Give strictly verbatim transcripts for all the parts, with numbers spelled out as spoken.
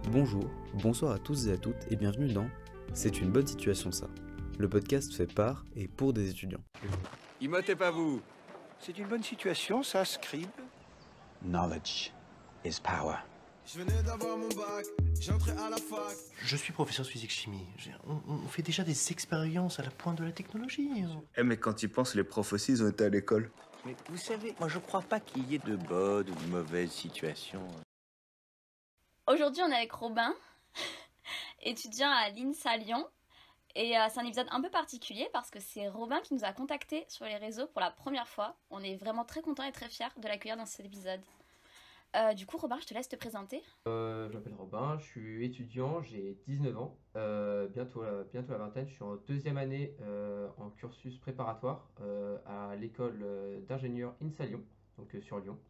Bonjour, bonsoir à tous et à toutes et bienvenue dans C'est une bonne situation ça, le podcast fait par et pour des étudiants. Immotez pas vous. C'est une bonne situation ça, Scribe. Knowledge is power. Je venais d'avoir mon bac, j'entrais à la fac. Je suis professeur de physique-chimie. On, on fait déjà des expériences à la pointe de la technologie. Eh mais quand tu penses, les profs aussi, ils ont été à l'école. Mais vous savez, moi je crois pas qu'il y ait de bonnes ou de mauvaises situations. Aujourd'hui, on est avec Robin, étudiant à l'INSA Lyon. Et euh, c'est un épisode un peu particulier parce que c'est Robin qui nous a contactés sur les réseaux pour la première fois. On est vraiment très contents et très fiers de l'accueillir dans cet épisode. Euh, du coup, Robin, je te laisse te présenter. Euh, je m'appelle Robin, je suis étudiant, j'ai dix-neuf ans, euh, bientôt, la, bientôt la vingtaine. Je suis en deuxième année euh, en cursus préparatoire euh, à l'école d'ingénieurs INSA Lyon, donc euh, sur Lyon.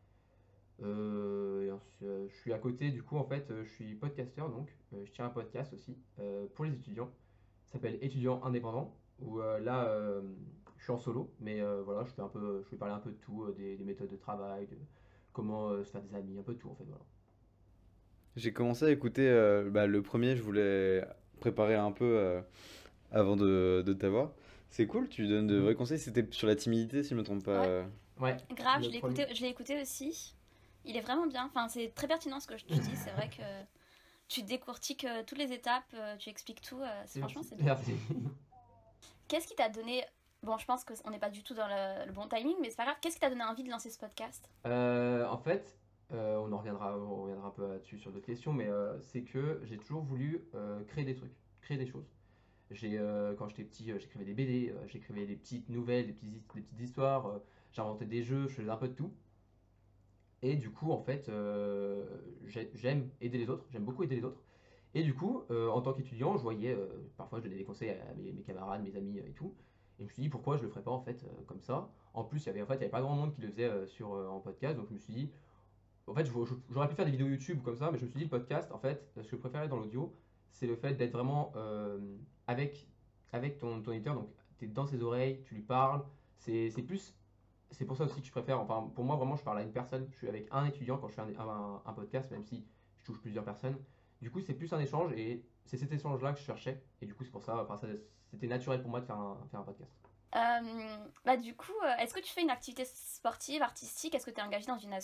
Euh, et ensuite, euh, je suis à côté, du coup, en fait, euh, je suis podcasteur, donc euh, je tiens un podcast aussi euh, pour les étudiants. Ça s'appelle Étudiant indépendant, où euh, là, euh, je suis en solo, mais euh, voilà, je fais un peu, je vais parler un peu de tout, euh, des, des méthodes de travail, de comment euh, se faire des amis, un peu de tout en fait, voilà. J'ai commencé à écouter euh, bah, le premier, je voulais préparer un peu euh, avant de, de t'avoir. C'est cool, tu donnes de vrais conseils, c'était sur la timidité si je me trompe pas. Ouais. Ouais. Grave, le je l'ai premier- écouté, je l'ai écouté aussi. Il est vraiment bien. Enfin, c'est très pertinent ce que je te dis. C'est vrai que tu décortiques euh, toutes les étapes, euh, tu expliques tout. euh, c'est, franchement, c'est bien. Merci. Qu'est-ce qui t'a donné... Bon, je pense qu'on n'est pas du tout dans le, le bon timing, mais c'est pas grave. Qu'est-ce qui t'a donné envie de lancer ce podcast ? Euh, en fait, euh, on en reviendra, on reviendra un peu là-dessus sur d'autres questions, mais euh, c'est que j'ai toujours voulu euh, créer des trucs, créer des choses. J'ai, euh, quand j'étais petit, euh, j'écrivais des B D, euh, j'écrivais des petites nouvelles, des petites, des petites histoires, euh, j'inventais des jeux, je faisais un peu de tout. Et du coup, en fait, euh, j'ai- j'aime aider les autres, j'aime beaucoup aider les autres. Et du coup, euh, en tant qu'étudiant, je voyais, euh, parfois je donnais des conseils à mes, mes camarades, mes amis euh, et tout. Et je me suis dit, pourquoi je le ferais pas en fait euh, comme ça? En plus, il y avait, en fait, il y avait pas grand monde qui le faisait euh, sur, euh, en podcast, donc je me suis dit, en fait, je- je- j'aurais pu faire des vidéos YouTube ou comme ça, mais je me suis dit, le podcast, en fait, ce que je préférais dans l'audio, c'est le fait d'être vraiment euh, avec, avec ton, ton éditeur, donc tu es dans ses oreilles, tu lui parles, c'est c'est plus, c'est pour ça aussi que je préfère, enfin, pour moi, vraiment, je parle à une personne, je suis avec un étudiant quand je fais un, un- un podcast, même si je touche plusieurs personnes. Du coup, c'est plus un échange et c'est cet échange-là que je cherchais, et du coup, c'est pour ça, enfin, ça- c'était naturel pour moi de faire un, faire un podcast. Euh, bah du coup, euh, est-ce que tu fais une activité sportive, artistique ? Est-ce que tu es engagé dans une asso ?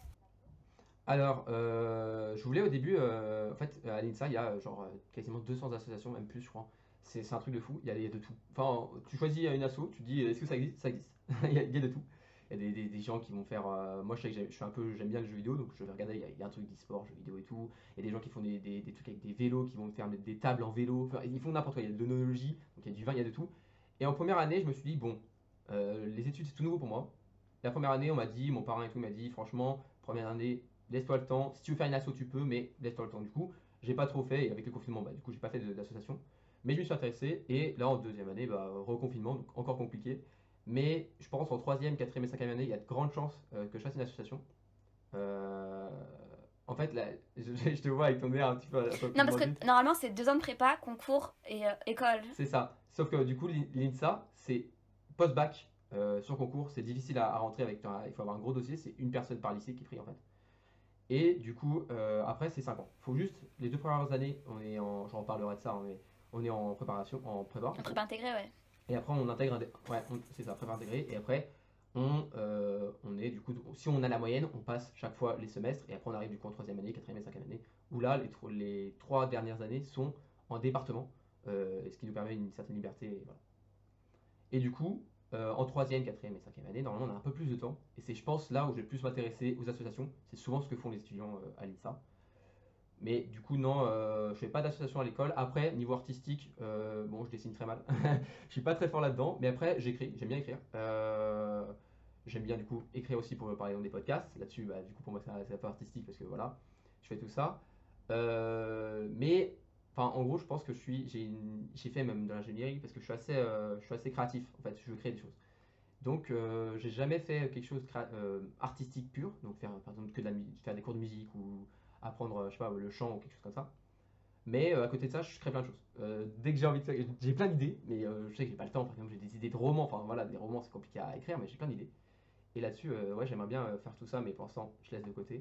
Alors, euh, je voulais au début, euh, en fait, à l'INSA, il y a euh, genre euh, quasiment deux cents associations, même plus, je crois. C'est c'est un truc de fou, il y a, il y a de tout. Enfin, tu choisis une asso, tu te dis, est-ce que ça existe? Ça existe. Il y a, il y a de tout. Il y a des, des- des gens qui vont faire. euh, moi, je sais que j'aime- je suis un peu, j'aime bien le jeu vidéo, donc je vais regarder, il y a, il y a un truc d'e-sport, jeux vidéo et tout. Il y a des gens qui font des, des- des trucs avec des vélos, qui vont faire des, des tables en vélo. Enfin, ils font n'importe quoi, il y a de l'onologie, donc il y a du vin, il y a de tout. Et en première année, je me suis dit, bon, euh, les études, c'est tout nouveau pour moi. La première année, on m'a dit, mon parrain et tout m'a dit, franchement, première année, laisse-toi le temps. Si tu veux faire une asso, tu peux, mais laisse-toi le temps. Du coup, j'ai pas trop fait, et avec le confinement, bah, du coup, j'ai pas fait de- d'association. Mais je me suis intéressé, et là, en deuxième année, bah, reconfinement, donc encore compliqué. Mais je pense en troisième, quatrième et cinquième année, il y a de grandes chances euh, que je fasse une association. Euh, En fait, là, je, je te vois avec ton air un petit peu. un peu Non, parce mordu. que normalement, c'est deux ans de prépa, concours et euh, école. C'est ça. Sauf que du coup, l'I- l'INSA, c'est post-bac euh, sur concours. C'est difficile à, à rentrer avec. Il faut avoir un gros dossier. C'est une personne par lycée qui est pris en fait. Et du coup, euh, après, c'est cinq ans. Faut juste, les deux premières années, on est en. J'en reparlerai de ça, on est, on est en préparation, en prépa. En prépa intégrée, ouais. Et après, on intègre un. dé- Ouais, on- c'est ça, prépa intégrée. Et après, on, euh, on est du coup. Si on a la moyenne, on passe chaque fois les semestres. Et après, on arrive du coup en troisième année, quatrième et cinquième année. Où là, les, tro- les trois dernières années sont en département. euh, ce qui nous permet une certaine liberté. Et, voilà. Et du coup, euh, en troisième, quatrième et cinquième année, normalement, on a un peu plus de temps. Et c'est, je pense, là où je vais plus m'intéresser aux associations. C'est souvent ce que font les étudiants euh, à l'INSA. Mais du coup, non, euh, je fais pas d'association à l'école. Après, niveau artistique, euh, bon, je dessine très mal. Je suis pas très fort là-dedans. Mais après, j'écris. J'aime bien écrire. Euh, j'aime bien, du coup, écrire aussi pour, par exemple, des podcasts. Là-dessus, bah, du coup, pour moi, c'est c'est un peu artistique parce que voilà, je fais tout ça. Euh, mais, enfin, en gros, je pense que je suis, j'ai une- j'ai fait même de l'ingénierie parce que je suis assez, euh, je suis assez créatif. En fait, je veux créer des choses. Donc, euh, j'ai jamais fait quelque chose de créa- euh, artistique pur, donc faire par exemple que de la mu- faire des cours de musique ou apprendre, euh, je sais pas, le chant ou quelque chose comme ça. Mais euh, à côté de ça, je crée plein de choses. Euh, dès que j'ai envie de faire, j'ai plein d'idées, mais euh, je sais que j'ai pas le temps. Par exemple, j'ai des idées de romans. Enfin voilà, des romans c'est compliqué à écrire, mais j'ai plein d'idées. Et là-dessus, euh, ouais, j'aimerais bien euh, faire tout ça, mais pour l'instant, je laisse de côté.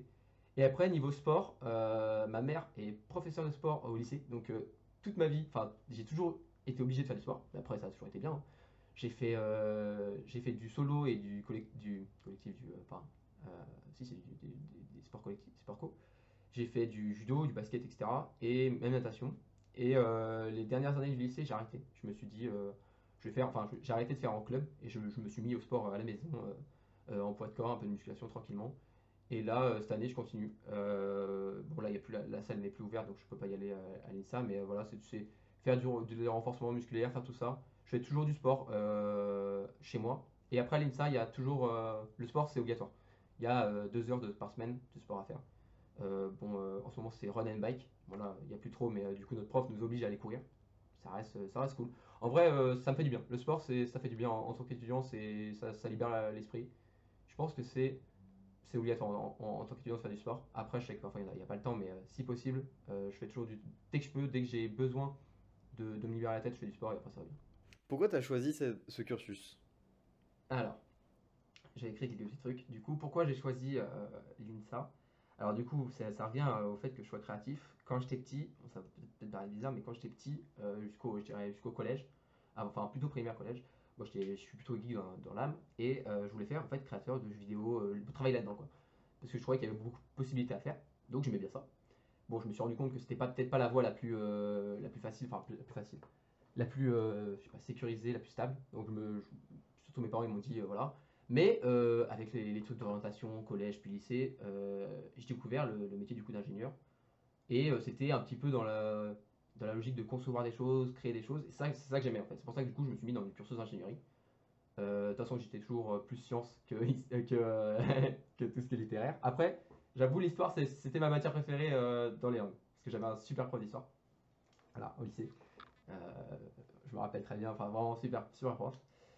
Et après, niveau sport, euh, ma mère est professeure de sport au lycée. Donc, euh, toute ma vie, enfin, j'ai toujours été obligé de faire du sport. Mais après, ça a toujours été bien, hein. J'ai fait, euh, j'ai fait du solo et du, collec- du collectif, du, euh, enfin, euh, si, c'est du- des, des- des sports collectifs, sport co. J'ai fait du judo, du basket, et cetera. Et même natation. Et euh, les dernières années du lycée, j'ai arrêté. Je me suis dit, euh, je vais faire, enfin, je- j'ai arrêté de faire en club et je, je me suis mis au sport à la maison, euh, euh, en poids de corps, un peu de musculation tranquillement. Et là, euh, cette année, je continue. Euh, bon, là, il y a plus la, la salle n'est plus ouverte, donc je peux pas y aller à, à l'INSA. Mais euh, voilà, c'est c'est faire du, du renforcement musculaire, faire tout ça. Je fais toujours du sport euh, chez moi. Et après, à l'INSA, il y a toujours euh, le sport, c'est obligatoire. Il y a euh, deux heures de, par semaine de sport à faire. Euh, bon, euh, en ce moment, c'est run and bike. Voilà, il n'y a plus trop, mais euh, du coup, notre prof nous oblige à aller courir. Ça reste, ça reste cool. En vrai, euh, ça me fait du bien. Le sport, c'est, ça fait du bien en, en tant qu'étudiant, c'est, ça, ça libère la- l'esprit. Je pense que c'est c'est obligatoire en, en- en tant qu'étudiant de faire du sport. Après, je sais que parfois il n'y a, a pas le temps, mais euh, si possible, euh, je fais toujours du. Dès que je peux, dès que j'ai besoin de, de me libérer la tête, je fais du sport et après ça va bien. Pourquoi t'as choisi ce, ce cursus? Alors, j'ai écrit quelques petits trucs. Du coup, pourquoi j'ai choisi euh, l'INSA? Alors, du coup, ça, ça revient euh, au fait que je sois créatif. Quand j'étais petit, bon, ça peut peut-être paraître bizarre, mais quand j'étais petit, euh, jusqu'au, je dirais jusqu'au collège, ah, enfin plutôt primaire collège, moi j'étais, je suis plutôt geek dans, dans l'âme et euh, je voulais faire en fait créateur de jeux vidéo, euh, travailler là-dedans quoi. Parce que je trouvais qu'il y avait beaucoup de possibilités à faire, donc j'aimais bien ça. Bon, je me suis rendu compte que c'était pas peut-être pas la voie la plus, euh, la plus facile, enfin plus- la plus facile, la plus euh, je sais pas, sécurisée, la plus stable. Donc je me, je- surtout mes parents ils m'ont dit euh, voilà. Mais euh, avec les, les trucs d'orientation, collège puis lycée, euh, j'ai découvert le, le métier du coup d'ingénieur. Et euh, c'était un petit peu dans la, dans la logique de concevoir des choses, créer des choses. Et ça, c'est ça que j'aimais en fait. C'est pour ça que du coup je me suis mis dans le cursus d'ingénierie. Euh, de toute façon, j'étais toujours euh, plus science que, que, euh, que tout ce qui est littéraire. Après, j'avoue, l'histoire, c'est- c'était ma matière préférée euh, dans les langues. Parce que j'avais un super prof d'histoire, voilà, au lycée. Euh, je me rappelle très bien, enfin vraiment super, super prof.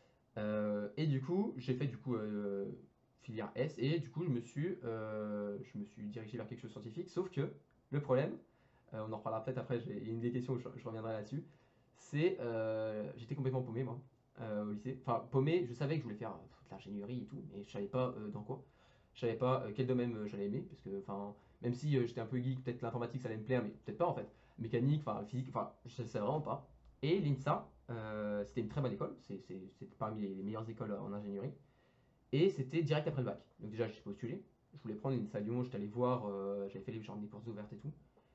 Euh, et du coup, j'ai fait du coup euh, filière S et du coup, je me suis, euh, je me suis dirigé vers quelque chose de scientifique. Sauf que le problème, euh, on en reparlera peut-être après, j'ai- il y a une des questions où je, je reviendrai là-dessus, c'est euh, j'étais complètement paumé moi euh, au lycée. Enfin, paumé, je savais que je voulais faire euh, de l'ingénierie et tout, mais je savais pas euh, dans quoi. Je savais pas euh, quel domaine euh, j'allais aimer, parce que enfin, même si euh, j'étais un peu geek, peut-être l'informatique ça allait me plaire, mais peut-être pas en fait. Mécanique, enfin physique, enfin, je savais vraiment pas. Et l'INSA, euh, c'était une très bonne école, c'est c'est- c'est parmi les, les meilleures écoles en ingénierie. Et c'était direct après le bac. Donc déjà, j'ai postulé. Je voulais prendre l'INSA Lyon, j'étais allé voir, euh, j'avais fait les, genre, des courses ouvertes et tout.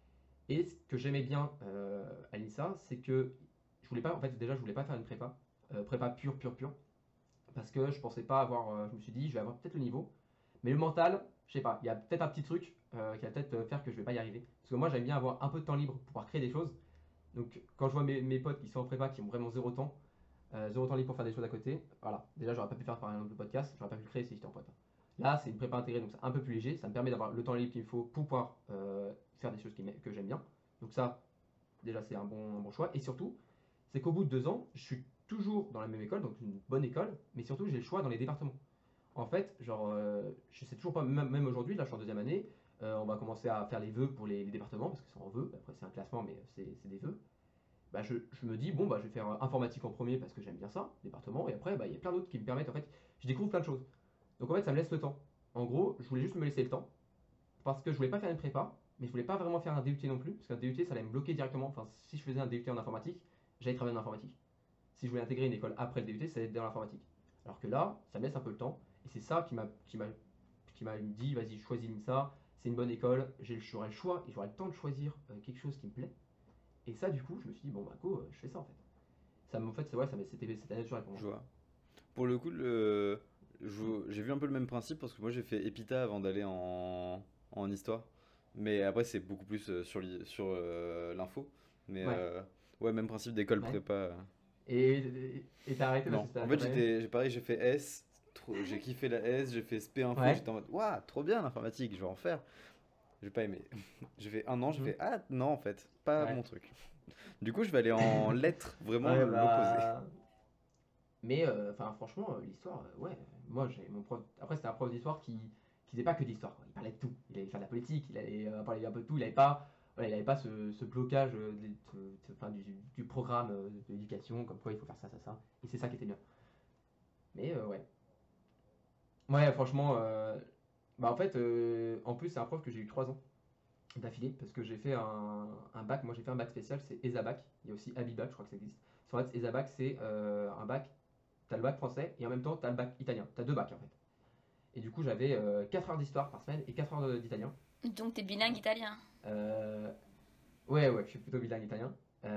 Et ce que j'aimais bien euh, à l'INSA, c'est que je voulais pas, en fait, déjà, je voulais pas faire une prépa, euh, prépa pure, pure, pure, parce que je pensais pas avoir, euh, je me suis dit, je vais avoir peut-être le niveau, mais le mental, je sais pas, il y a peut-être un petit truc euh, qui va peut-être euh, faire que je vais pas y arriver. Parce que moi, j'aime bien avoir un peu de temps libre pour pouvoir créer des choses. Donc, quand je vois mes, mes potes qui sont en prépa, qui ont vraiment zéro temps, euh, zéro temps libre pour faire des choses à côté, voilà. Déjà, j'aurais pas pu faire par exemple le podcast, j'aurais pas pu le créer si j'étais en prépa. Là, c'est une prépa intégrée, donc c'est un peu plus léger. Ça me permet d'avoir le temps libre qu'il me faut pour pouvoir euh, faire des choses qui que j'aime bien. Donc ça, déjà, c'est un bon, un bon choix. Et surtout, c'est qu'au bout de deux ans, je suis toujours dans la même école, donc une bonne école, mais surtout, j'ai le choix dans les départements. En fait, genre, euh, je sais toujours pas, même, même aujourd'hui, là, je suis en deuxième année, euh, on va commencer à faire les vœux pour les, les départements, parce que c'est en vœux, après c'est un classement, mais c'est c'est des vœux. Bah, je, je me dis, bon, bah, je vais faire euh, informatique en premier parce que j'aime bien ça, département, et après, bah, il y a plein d'autres qui me permettent, en fait, je découvre plein de choses. Donc en fait, ça me laisse le temps. En gros, je voulais juste me laisser le temps, parce que je voulais pas faire une prépa, mais je voulais pas vraiment faire un D U T non plus, parce qu'un D U T, ça allait me bloquer directement. Enfin, si je faisais un D U T en informatique, j'allais travailler en informatique. Si je voulais intégrer une école après le D U T, ça allait être dans l'informatique. Alors que là, ça me laisse un peu le temps, et c'est ça qui m'a qui m'a qui m'a dit, vas-y, choisis ça, c'est une bonne école, j'aurai le choix, et j'aurai le temps de choisir euh, quelque chose qui me plaît. Et ça, du coup, je me suis dit, bon, bah, go, euh, je fais ça en fait. Ça, en fait, c'est ouais, ça, c'était c'était naturel pour moi. Je vois. Pour le coup, le... je- j'ai vu un peu le même principe parce que moi j'ai fait Epita avant d'aller en... en histoire. Mais après, c'est beaucoup plus euh, sur l'i- sur euh, l'info. Mais Ouais, euh, ouais, même principe d'école ouais. prépa. euh. Et et et t'as arrêté parce Non, que c'était en la fait, fin d'année? j'étais, j'ai pareil, j'ai fait S. trop- J'ai kiffé la S, j'ai fait S P Info. Ouais. J'étais en mode, waouh, trop bien l'informatique, je vais en faire. J'ai pas aimé. J'ai fait un an, j'ai Mhm. fait, ah non, en fait, pas Ouais. mon truc. Du coup, je vais aller en lettres, vraiment Ouais, l'opposé. bah. Mais, euh, enfin, franchement, euh, l'histoire, euh, ouais. Moi, j'ai mon prof. Après, c'était un prof d'histoire qui, qui faisait pas que d'histoire, quoi. Il parlait de tout. Il allait faire de la politique, il allait euh, parler un peu de tout. Il avait pas, voilà, il avait pas ce, ce blocage euh, des- de- de- enfin, du, du programme euh, de l'éducation, comme quoi il faut faire ça, ça, ça. Et c'est ça qui était bien. Mais, euh, ouais. Ouais, franchement, euh, Bah en fait, euh, en plus c'est un prof que j'ai eu trois ans d'affilée parce que j'ai fait un, un bac, moi j'ai fait un bac spécial, c'est ESABac, il y a aussi Abibac, je crois que ça existe. En fait, ESABac c'est euh, un bac, t'as le bac français et en même temps t'as le bac italien, t'as deux bacs en fait. Et du coup j'avais euh, quatre heures d'histoire par semaine et quatre heures de- d'italien. Donc t'es bilingue italien. Euh, ouais, ouais, je suis plutôt bilingue italien.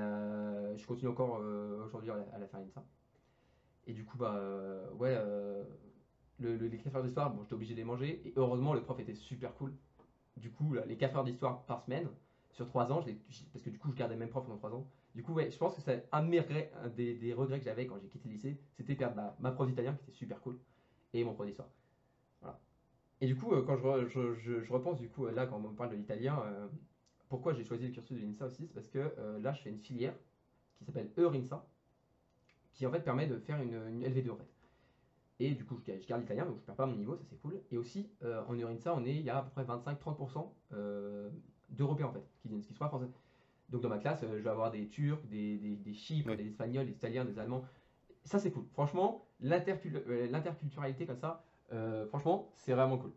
Euh, je continue encore euh, aujourd'hui à la, à la faire l'INSA. Et du coup, bah euh, ouais, euh, le, le- les quatre heures d'histoire, bon, j'étais obligé de les manger. Et heureusement, le prof était super cool. Du coup, là, les quatre heures d'histoire par semaine, sur trois ans, je l'ai- j'- parce que du coup, je gardais le même prof pendant trois ans. Du coup, ouais, je pense que c'est un de mes regrets, un des, des regrets que j'avais quand j'ai quitté le lycée, c'était perdre ma, ma prof d'italien qui était super cool et mon prof d'histoire. Voilà. Et du coup, euh, quand je, re- je, je- je repense, du coup, euh, là, quand on me parle de l'italien, euh, pourquoi j'ai choisi le cursus de l'INSA aussi, c'est parce que euh, là, je fais une filière qui s'appelle EURINSA, qui en fait permet de faire une, une L V deux en fait. Et du coup, je, je garde l'italien, donc je perds pas mon niveau, ça c'est cool. Et aussi, euh, en EURINSA, on est, il y a à peu près vingt-cinq à trente pour cent euh, d'Européens en fait, qui viennent, qui sont pas français. Donc dans ma classe, euh, je vais avoir des Turcs, des, des, des Chypres, Oui. des Espagnols, des Italiens, des Allemands. Ça c'est cool. Franchement, l'intercul- euh, l'interculturalité comme ça, euh, franchement, c'est vraiment cool.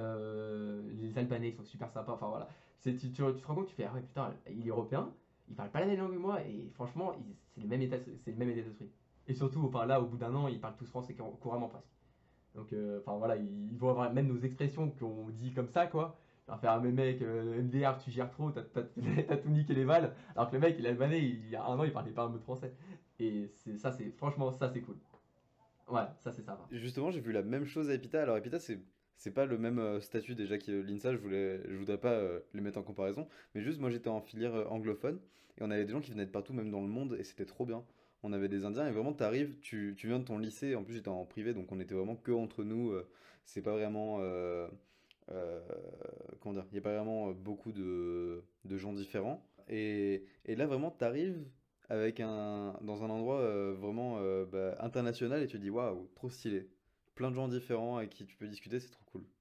Euh, les Albanais sont super sympas. Enfin voilà, c'est, tu, tu, tu te rends compte, tu fais ah ouais putain, il est européen, il parle pas la même langue que moi et franchement, il- c'est le même état, c'est le même état d'esprit. Et surtout, enfin là, au bout d'un an, ils parlent tous français cour- couramment presque. Donc, euh, enfin voilà, ils, ils vont avoir même nos expressions qu'on dit comme ça, quoi. Genre faire, ah, mais mec, euh, M D R, tu gères trop, t'as t'as- t'as tout niqué les balles. Alors que le mec, il est albanais, il y a un an, il parlait pas un mot de français. Et c'est ça, c'est franchement, ça c'est cool. Ouais, ça c'est sympa. Justement, j'ai vu la même chose à Epita. Alors, Epita, c'est c'est pas le même euh, statut déjà que l'INSA. Je voulais, je voudrais pas euh, les mettre en comparaison. Mais juste, moi, j'étais en filière euh, anglophone et on avait des gens qui venaient de partout, même dans le monde, et c'était trop bien. On avait des Indiens et vraiment, t'arrives, tu, tu viens de ton lycée. En plus, j'étais en privé, donc on était vraiment que entre nous. euh, c'est pas vraiment. euh, euh, comment dire? Il y a pas vraiment euh, beaucoup de, de gens différents. Et, et là, vraiment, t'arrives avec un, dans un endroit euh, vraiment euh, bah, international et tu te dis waouh, trop stylé. Plein de gens différents avec qui tu peux discuter, c'est trop cool.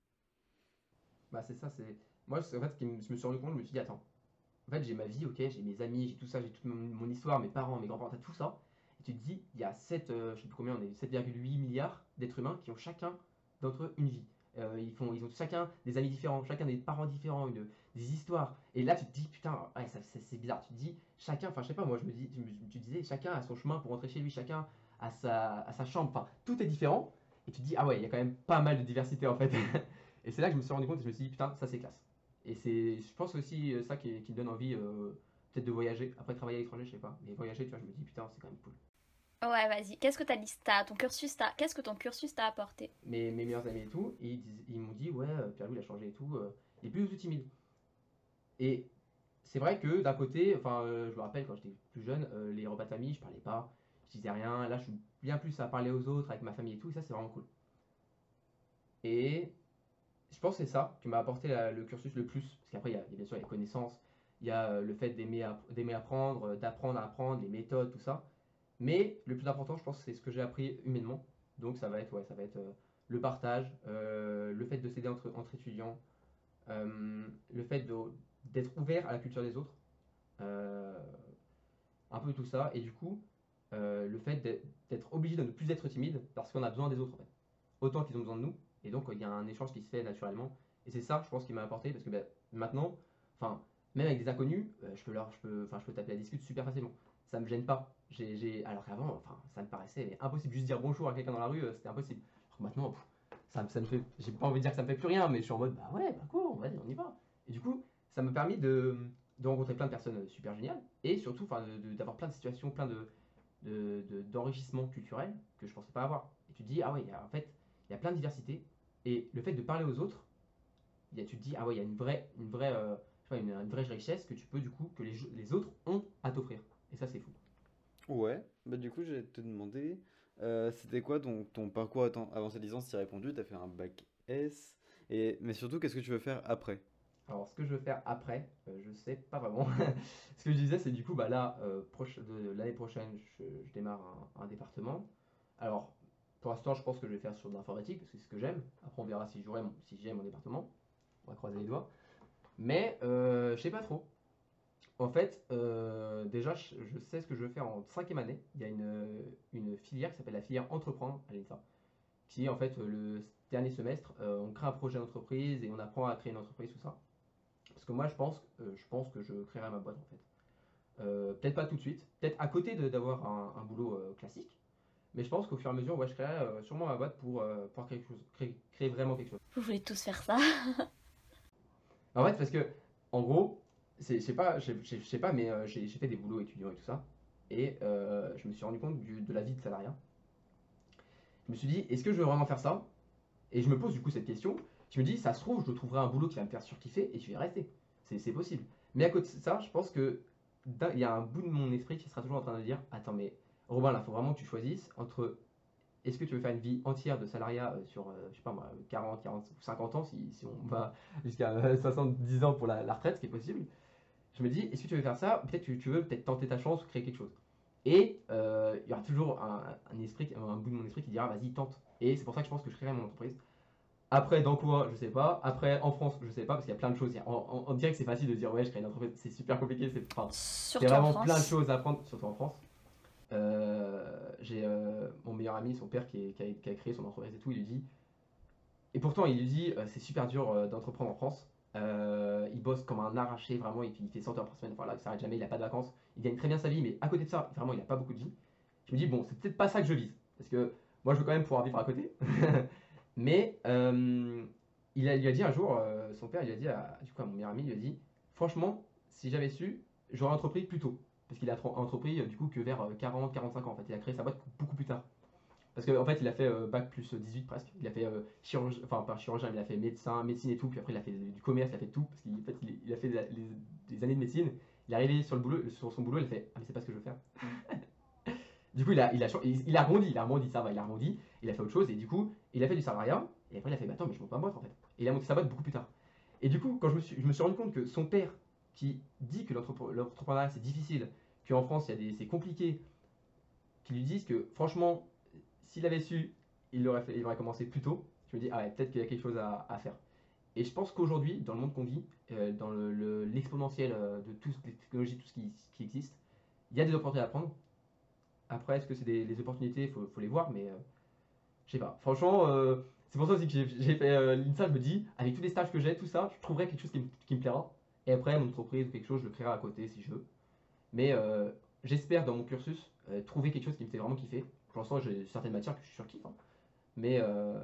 Bah c'est ça, c'est. Moi, c'est- en fait, ce qui me- je me suis rendu compte, je me suis dit, attends, en fait, j'ai ma vie, ok, j'ai mes amis, j'ai tout ça, j'ai toute mon, mon histoire, mes parents, mes grands-parents, t'as tout ça. Et tu te dis, il y a sept, euh, je sais plus combien, on est sept virgule huit milliards d'êtres humains qui ont chacun d'entre eux une vie. Euh, ils, font, ils ont chacun des amis différents, chacun des parents différents, une- des histoires. Et là, tu te dis, putain, ouais, ça, ça- c'est bizarre. Tu te dis, chacun, enfin, je sais pas, moi, je me dis, je me- tu disais, chacun a son chemin pour rentrer chez lui, chacun a sa, a sa chambre, enfin, tout est différent. Et tu te dis, ah ouais, il y a quand même pas mal de diversité en fait. Et c'est là que je me suis rendu compte et je me suis dit, putain, ça c'est classe. Et c'est, je pense aussi euh, ça qui, qui me donne envie euh, peut-être de voyager. Après travailler à l'étranger, je sais pas. Mais voyager, tu vois, je me dis, putain, c'est quand même cool. Ouais, vas-y. Qu'est-ce que ta liste t'a, ton cursus t'a, qu'est-ce que ton cursus t'a apporté? Mes, mes meilleurs amis et tout, ils, disent- ils m'ont dit, ouais, euh, Pierre-Louis, il a changé et tout. euh, il est plus du tout timide. Et c'est vrai que d'un côté, enfin, euh, je me rappelle quand j'étais plus jeune, euh, les repas de famille, je parlais pas, je disais rien. Là, je suis bien plus à parler aux autres, avec ma famille et tout. Et ça, c'est vraiment cool. Et je pense que c'est ça qui m'a apporté la- le cursus le plus. Parce qu'après, il y a, il y a bien sûr les connaissances, il y a euh, le fait d'aimer app- d'aimer apprendre, euh, d'apprendre à apprendre, les méthodes, tout ça. Mais le plus important, je pense, c'est ce que j'ai appris humainement. Donc ça va être, ouais, ça va être euh, le partage, euh, le fait de s'aider entre, entre étudiants, euh, le fait de- d'être ouvert à la culture des autres, euh, un peu tout ça. Et du coup, euh, le fait d'être d'être obligé de ne plus être timide parce qu'on a besoin des autres en fait. Autant qu'ils ont besoin de nous. Et donc, il y a un échange qui se fait naturellement. Et c'est ça, je pense, qui m'a apporté parce que ben, maintenant, enfin, même avec des inconnus, euh, je peux leur, je peux, enfin, je peux taper la discute super facilement. Ça me gêne pas. J'ai, j'ai- alors qu'avant, enfin, ça me paraissait impossible. Juste dire bonjour à quelqu'un dans la rue, euh, c'était impossible. Alors que maintenant, pff, ça, me- ça me fait, j'ai pas envie de dire que ça me fait plus rien, mais je suis en mode, bah ouais, bah cool, vas-y, on y va. Et du coup, ça m'a permis de, de rencontrer plein de personnes euh, super géniales et surtout, enfin, de- de- d'avoir plein de situations, plein de, de- de- d'enrichissement culturel que je pensais pas avoir. Et tu te dis, ah ouais, il y a- en fait, il y a plein de diversité. Et le fait de parler aux autres, il y a- tu te dis, ah ouais, il y a une vraie, une vraie, euh, je sais pas, une, une vraie richesse que tu peux, du coup, que les, les autres ont à t'offrir. Et ça, c'est fou. Ouais, bah du coup, j'allais te demander, euh, c'était quoi ton, ton parcours atten- avant cette licence? Tu as répondu, tu as fait un bac S, et, mais surtout, qu'est-ce que tu veux faire après? Alors, ce que je veux faire après, euh, je sais pas vraiment. Ce que je disais, c'est du coup, bah là, euh, proche- de- l'année prochaine, je, je démarre un, un département. Alors, pour l'instant, je pense que je vais faire sur de l'informatique parce que c'est ce que j'aime. Après, on verra si j'aurai mon- si j'aime mon département. On va croiser les doigts. Mais euh, je sais pas trop. En fait, euh, déjà, je, je sais ce que je veux faire en cinquième année. Il y a une, une filière qui s'appelle la filière entreprendre à l'INSA, qui est en fait le dernier semestre, euh, on crée un projet d'entreprise et on apprend à créer une entreprise, tout ça. Parce que moi, je pense, euh, je pense que je créerai ma boîte en fait. Euh, peut-être pas tout de suite, peut-être à côté de- d'avoir un, un boulot euh, classique, mais je pense qu'au fur et à mesure, ouais, je créerai euh, sûrement ma boîte pour euh, pouvoir créer, quelque chose, créer, créer vraiment quelque chose. Vous voulez tous faire ça? En fait, parce que, en gros, c'est- je sais pas, je je- je sais pas, mais euh, j'ai j'ai fait des boulots étudiants et tout ça, et euh, je me suis rendu compte du- de la vie de salariat. Je me suis dit, est-ce que je veux vraiment faire ça? Et je me pose du coup cette question. Je me dis, ça se trouve, je trouverai un boulot qui va me faire surkiffer et je vais y rester. C'est c'est possible. Mais à côté de ça, je pense que d'un- il y a un bout de mon esprit qui sera toujours en train de dire, attends, mais Robin, là, il faut vraiment que tu choisisses entre est-ce que tu veux faire une vie entière de salariat euh, sur, euh, je sais pas moi, quarante, quarante ou cinquante ans, si, si on va jusqu'à euh, soixante-dix ans pour la, la retraite, ce qui est possible. Je me dis, est-ce que tu veux faire ça? Peut-être que tu veux peut-être tenter ta chance ou créer quelque chose. Et euh, il y aura toujours un, un esprit, un bout de mon esprit qui dira, vas-y, tente. Et c'est pour ça que je pense que je créerai mon entreprise. Après, dans quoi, je sais pas. Après, en France, je sais pas, parce qu'il y a plein de choses. Il y a- On, on- on dirait que c'est facile de dire, ouais, je crée une entreprise. C'est super compliqué. C'est enfin, c'est Surtout en vraiment France. plein de choses à apprendre, surtout en France. Euh, j'ai euh, mon meilleur ami, son père, qui, est- qui a, qui a créé son entreprise et tout. Il lui dit, et pourtant, il lui dit, euh, c'est super dur euh, d'entreprendre en France. Euh, il bosse comme un arraché, vraiment. Il, fait- il fait cent heures par semaine. Voilà, il s'arrête jamais. Il a pas de vacances. Il gagne très bien sa vie, mais à côté de ça, vraiment, il a pas beaucoup de vie. Je me dis, bon, c'est peut-être pas ça que je vise. Parce que moi, je veux quand même pouvoir vivre à côté. Mais euh, il, a, il lui a dit un jour, euh, son père, il lui a dit à, du coup, à mon meilleur ami, il lui a dit, franchement, si j'avais su, j'aurais entrepris plus tôt. Parce qu'il a tr- entrepris euh, du coup que vers euh, quarante, quarante-cinq ans. En fait, il a créé sa boîte beaucoup plus tard. Parce qu'en en fait, il a fait euh, bac plus dix-huit presque. Il a fait euh, chirurgien, enfin pas chirurgien, mais il a fait médecin, médecine et tout. Puis après, il a fait du commerce, il a fait tout. Parce qu'en fait, il, il a fait des, les- des années de médecine. Il est arrivé sur, le boulot, sur son boulot, il a fait, ah, mais c'est pas ce que je veux faire. Du coup, il a, il a, cho- il, il a rebondi, il a rebondi, ça va, il a rebondi, il a fait autre chose, et du coup, il a fait du salariat, et après il a fait, bah attends, mais je monte ma boîte en fait. Et il a monté sa boîte beaucoup plus tard. Et du coup, quand je me suis, je me suis rendu compte que son père, qui dit que l'entrepre- l'entrepreneuriat c'est difficile, qu'en France il y a des, c'est compliqué, qui lui disent que franchement, s'il avait su, il aurait, fait, il aurait commencé plus tôt, je me dis, ah ouais, peut-être qu'il y a quelque chose à, à faire. Et je pense qu'aujourd'hui, dans le monde qu'on vit, euh, dans le- le- l'exponentiel euh, de toutes les technologies, tout ce qui, qui existe, il y a des opportunités à prendre. Après, est-ce que c'est des les opportunités? Il faut, faut les voir, mais euh, je sais pas. Franchement, euh, c'est pour ça aussi que j'ai j'ai fait euh, l'INSA. Je me dis, avec tous les stages que j'ai, tout ça, je trouverai quelque chose qui me, qui me plaira. Et après, mon entreprise ou quelque chose, je le créerai à côté si je veux. Mais euh, j'espère dans mon cursus euh, trouver quelque chose qui me fait vraiment kiffer. Pour l'instant, j'ai certaines matières que je suis surkiffe. Hein. Mais, euh,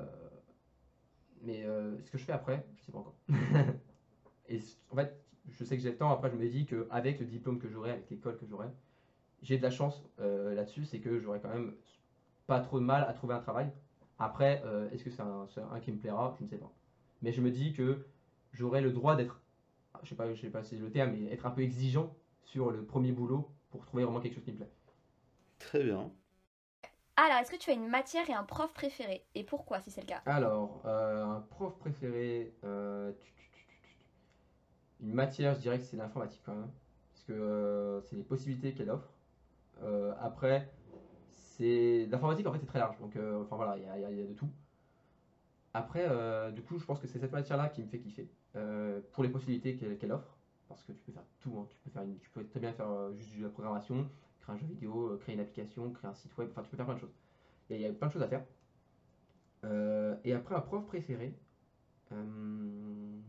mais euh, ce que je fais après, je sais pas encore. Et c- en fait, je sais que j'ai le temps. Après, je me dis qu'avec le diplôme que j'aurai, avec l'école que j'aurai, j'ai de la chance euh, là-dessus, c'est que j'aurai quand même pas trop de mal à trouver un travail. Après, euh, est-ce que c'est un, c'est un qui me plaira? Je ne sais pas. Mais je me dis que j'aurai le droit d'être, je sais pas, je sais pas si c'est le terme, mais être un peu exigeant sur le premier boulot pour trouver vraiment quelque chose qui me plaît. Très bien. Alors, est-ce que tu as une matière et un prof préféré? Et pourquoi, si c'est le cas? Alors, euh, un prof préféré, euh, tu- tu- tu- tu- tu- une matière, je dirais que c'est l'informatique quand même, parce que euh, c'est les possibilités qu'elle offre. Euh, après, c'est l'informatique en fait c'est très large, donc euh, enfin voilà, il y a, il y a- il y a de tout. Après, euh, du coup, je pense que c'est cette matière-là qui me fait kiffer, euh, pour les possibilités qu'elle qu'elle offre, parce que tu peux faire tout, hein. Tu peux faire une- tu peux très bien faire euh, juste de la programmation, créer un jeu vidéo, euh, créer une application, créer un site web, enfin tu peux faire plein de choses. Il y a, il y a plein de choses à faire. Euh, et après, un prof préféré, euh,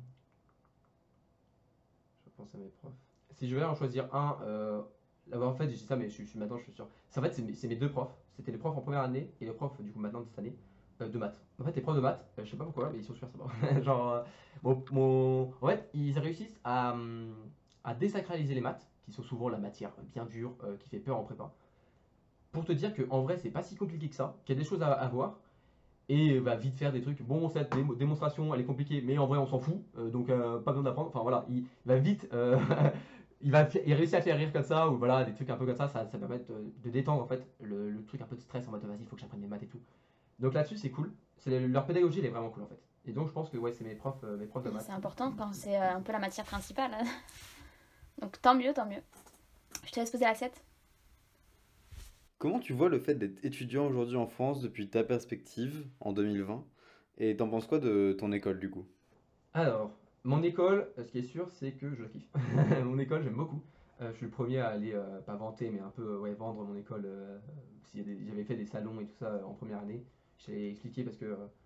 je pense à mes profs. Si je devais en choisir un, euh, là, bah, en fait, je dis ça, mais je, suis je suis- maintenant, je suis sûr. C'est- En fait, c'est mes, c'est mes deux profs. C'était les profs en première année et les profs, du coup, maintenant de cette année, euh, de maths. En fait, les profs de maths, euh, je sais pas pourquoi, mais ils sont super sympas. Genre, euh, mon, mon- en fait, ils réussissent à, hum, à désacraliser les maths, qui sont souvent la matière bien dure, euh, qui fait peur en prépa, pour te dire qu'en vrai, c'est pas si compliqué que ça, qu'il y a des choses à, à voir, et va vite faire des trucs. Bon, cette démo- démonstration, elle est compliquée, mais en vrai, on s'en fout, euh, donc euh, pas besoin d'apprendre. Enfin voilà, il va vite, euh, il va fa- il réussit à faire rire comme ça, ou voilà, des trucs un peu comme ça, ça, ça permet de, de détendre en fait le, le truc un peu de stress en mode vas-y, il faut que j'apprenne mes maths et tout. Donc là-dessus, c'est cool. C'est leur pédagogie, elle est vraiment cool en fait. Et donc je pense que ouais, c'est mes profs, euh, mes profs de maths. C'est important quand c'est euh, un peu la matière principale. Donc tant mieux, tant mieux. Je te laisse poser la sept. Comment tu vois le fait d'être étudiant aujourd'hui en France depuis ta perspective en deux mille vingt? Et t'en penses quoi de ton école du coup? Alors, mon école, euh, ce qui est sûr, c'est que je la kiffe. Mon école, j'aime beaucoup. Euh, je suis le premier à aller, euh, pas vanter, mais un peu euh, ouais, vendre mon école. Euh, s'il y a des- J'avais fait des salons et tout ça euh, en première année. J'ai expliqué parce que euh,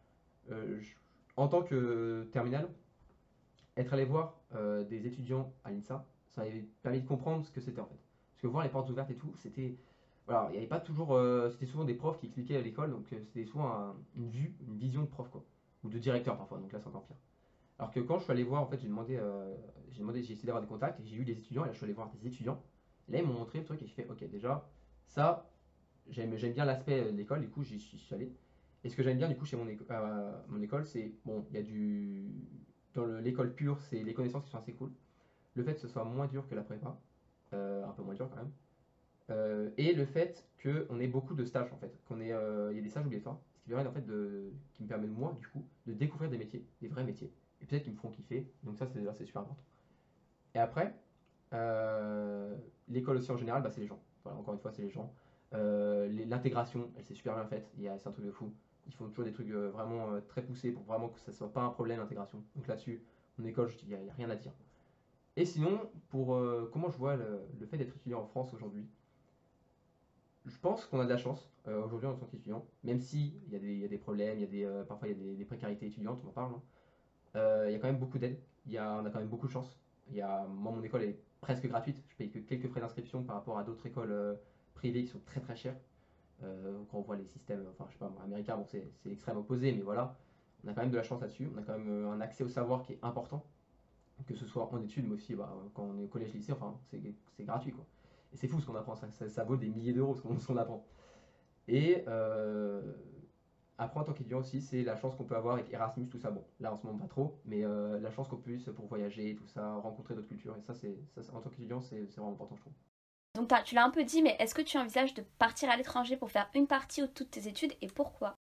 euh, je- en tant que terminal, être allé voir euh, des étudiants à l'INSA, ça m'avait permis de comprendre ce que c'était en fait. Parce que voir les portes ouvertes et tout, c'était. Voilà, il n'y avait pas toujours. euh, c'était souvent des profs qui expliquaient à l'école, donc euh, c'était souvent un- une vue, une vision de prof, quoi. Ou de directeur parfois, donc là c'est encore pire. Alors que quand je suis allé voir, en fait, j'ai demandé, euh, j'ai demandé, j'ai essayé d'avoir des contacts, et j'ai eu des étudiants, et là je suis allé voir des étudiants, et là ils m'ont montré le truc, et je fais, ok, déjà, ça, j'aime j'aime bien l'aspect de l'école, du coup j'y suis suis allé. Et ce que j'aime bien du coup chez mon, éco- euh, mon école, c'est, bon, il y a du. Dans le- l'école pure, c'est les connaissances qui sont assez cool. Le fait que ce soit moins dur que la prépa, euh, un peu moins dur quand même. Euh, et le fait qu'on ait beaucoup de stages en fait, qu'on ait, euh, il y a des stages obligatoires, ce qui permet en fait de, qui me permet moi du coup de découvrir des métiers, des vrais métiers, et peut-être qui me font kiffer. Donc ça c'est déjà c'est super important. Et après, euh, l'école aussi en général, bah, c'est les gens. Voilà, encore une fois c'est les gens. Euh, les- l'intégration, elle s'est super bien faite. Il y a c'est un truc de fou. Ils font toujours des trucs euh, vraiment euh, très poussés pour vraiment que ça soit pas un problème l'intégration. Donc là-dessus, mon école, il n'y a, y a rien à dire. Et sinon, pour euh, comment je vois le, le fait d'être étudiant en France aujourd'hui, je pense qu'on a de la chance euh, aujourd'hui en tant qu'étudiant, même si il y, a des- il y a des problèmes, il y a des, euh, parfois il y a des, des précarités étudiantes, on en parle. Hein. Euh, Il y a quand même beaucoup d'aides, il y a, on a quand même beaucoup de chance. Il y a, moi, mon école est presque gratuite, je paye que quelques frais d'inscription par rapport à d'autres écoles euh, privées qui sont très très chères. Euh, quand on voit les systèmes, enfin je sais pas, moi, américains, bon, c'est c'est l'extrême opposé, mais voilà, on a quand même de la chance là-dessus, on a quand même euh, un accès au savoir qui est important, que ce soit en études, mais aussi bah, quand on est au collège, lycée, enfin c'est c'est gratuit quoi. Et c'est fou ce qu'on apprend, ça, ça, ça vaut des milliers d'euros ce qu'on ce qu'on apprend. Et euh, après, en tant qu'étudiant aussi, c'est la chance qu'on peut avoir avec Erasmus, tout ça. Bon, là en ce moment pas trop, mais euh, la chance qu'on puisse pour voyager, tout ça, rencontrer d'autres cultures. Et ça, c'est, ça, c'est- en tant qu'étudiant, c'est c'est vraiment important, je trouve. Donc t'as- tu l'as un peu dit, mais est-ce que tu envisages de partir à l'étranger pour faire une partie ou toutes tes études et pourquoi?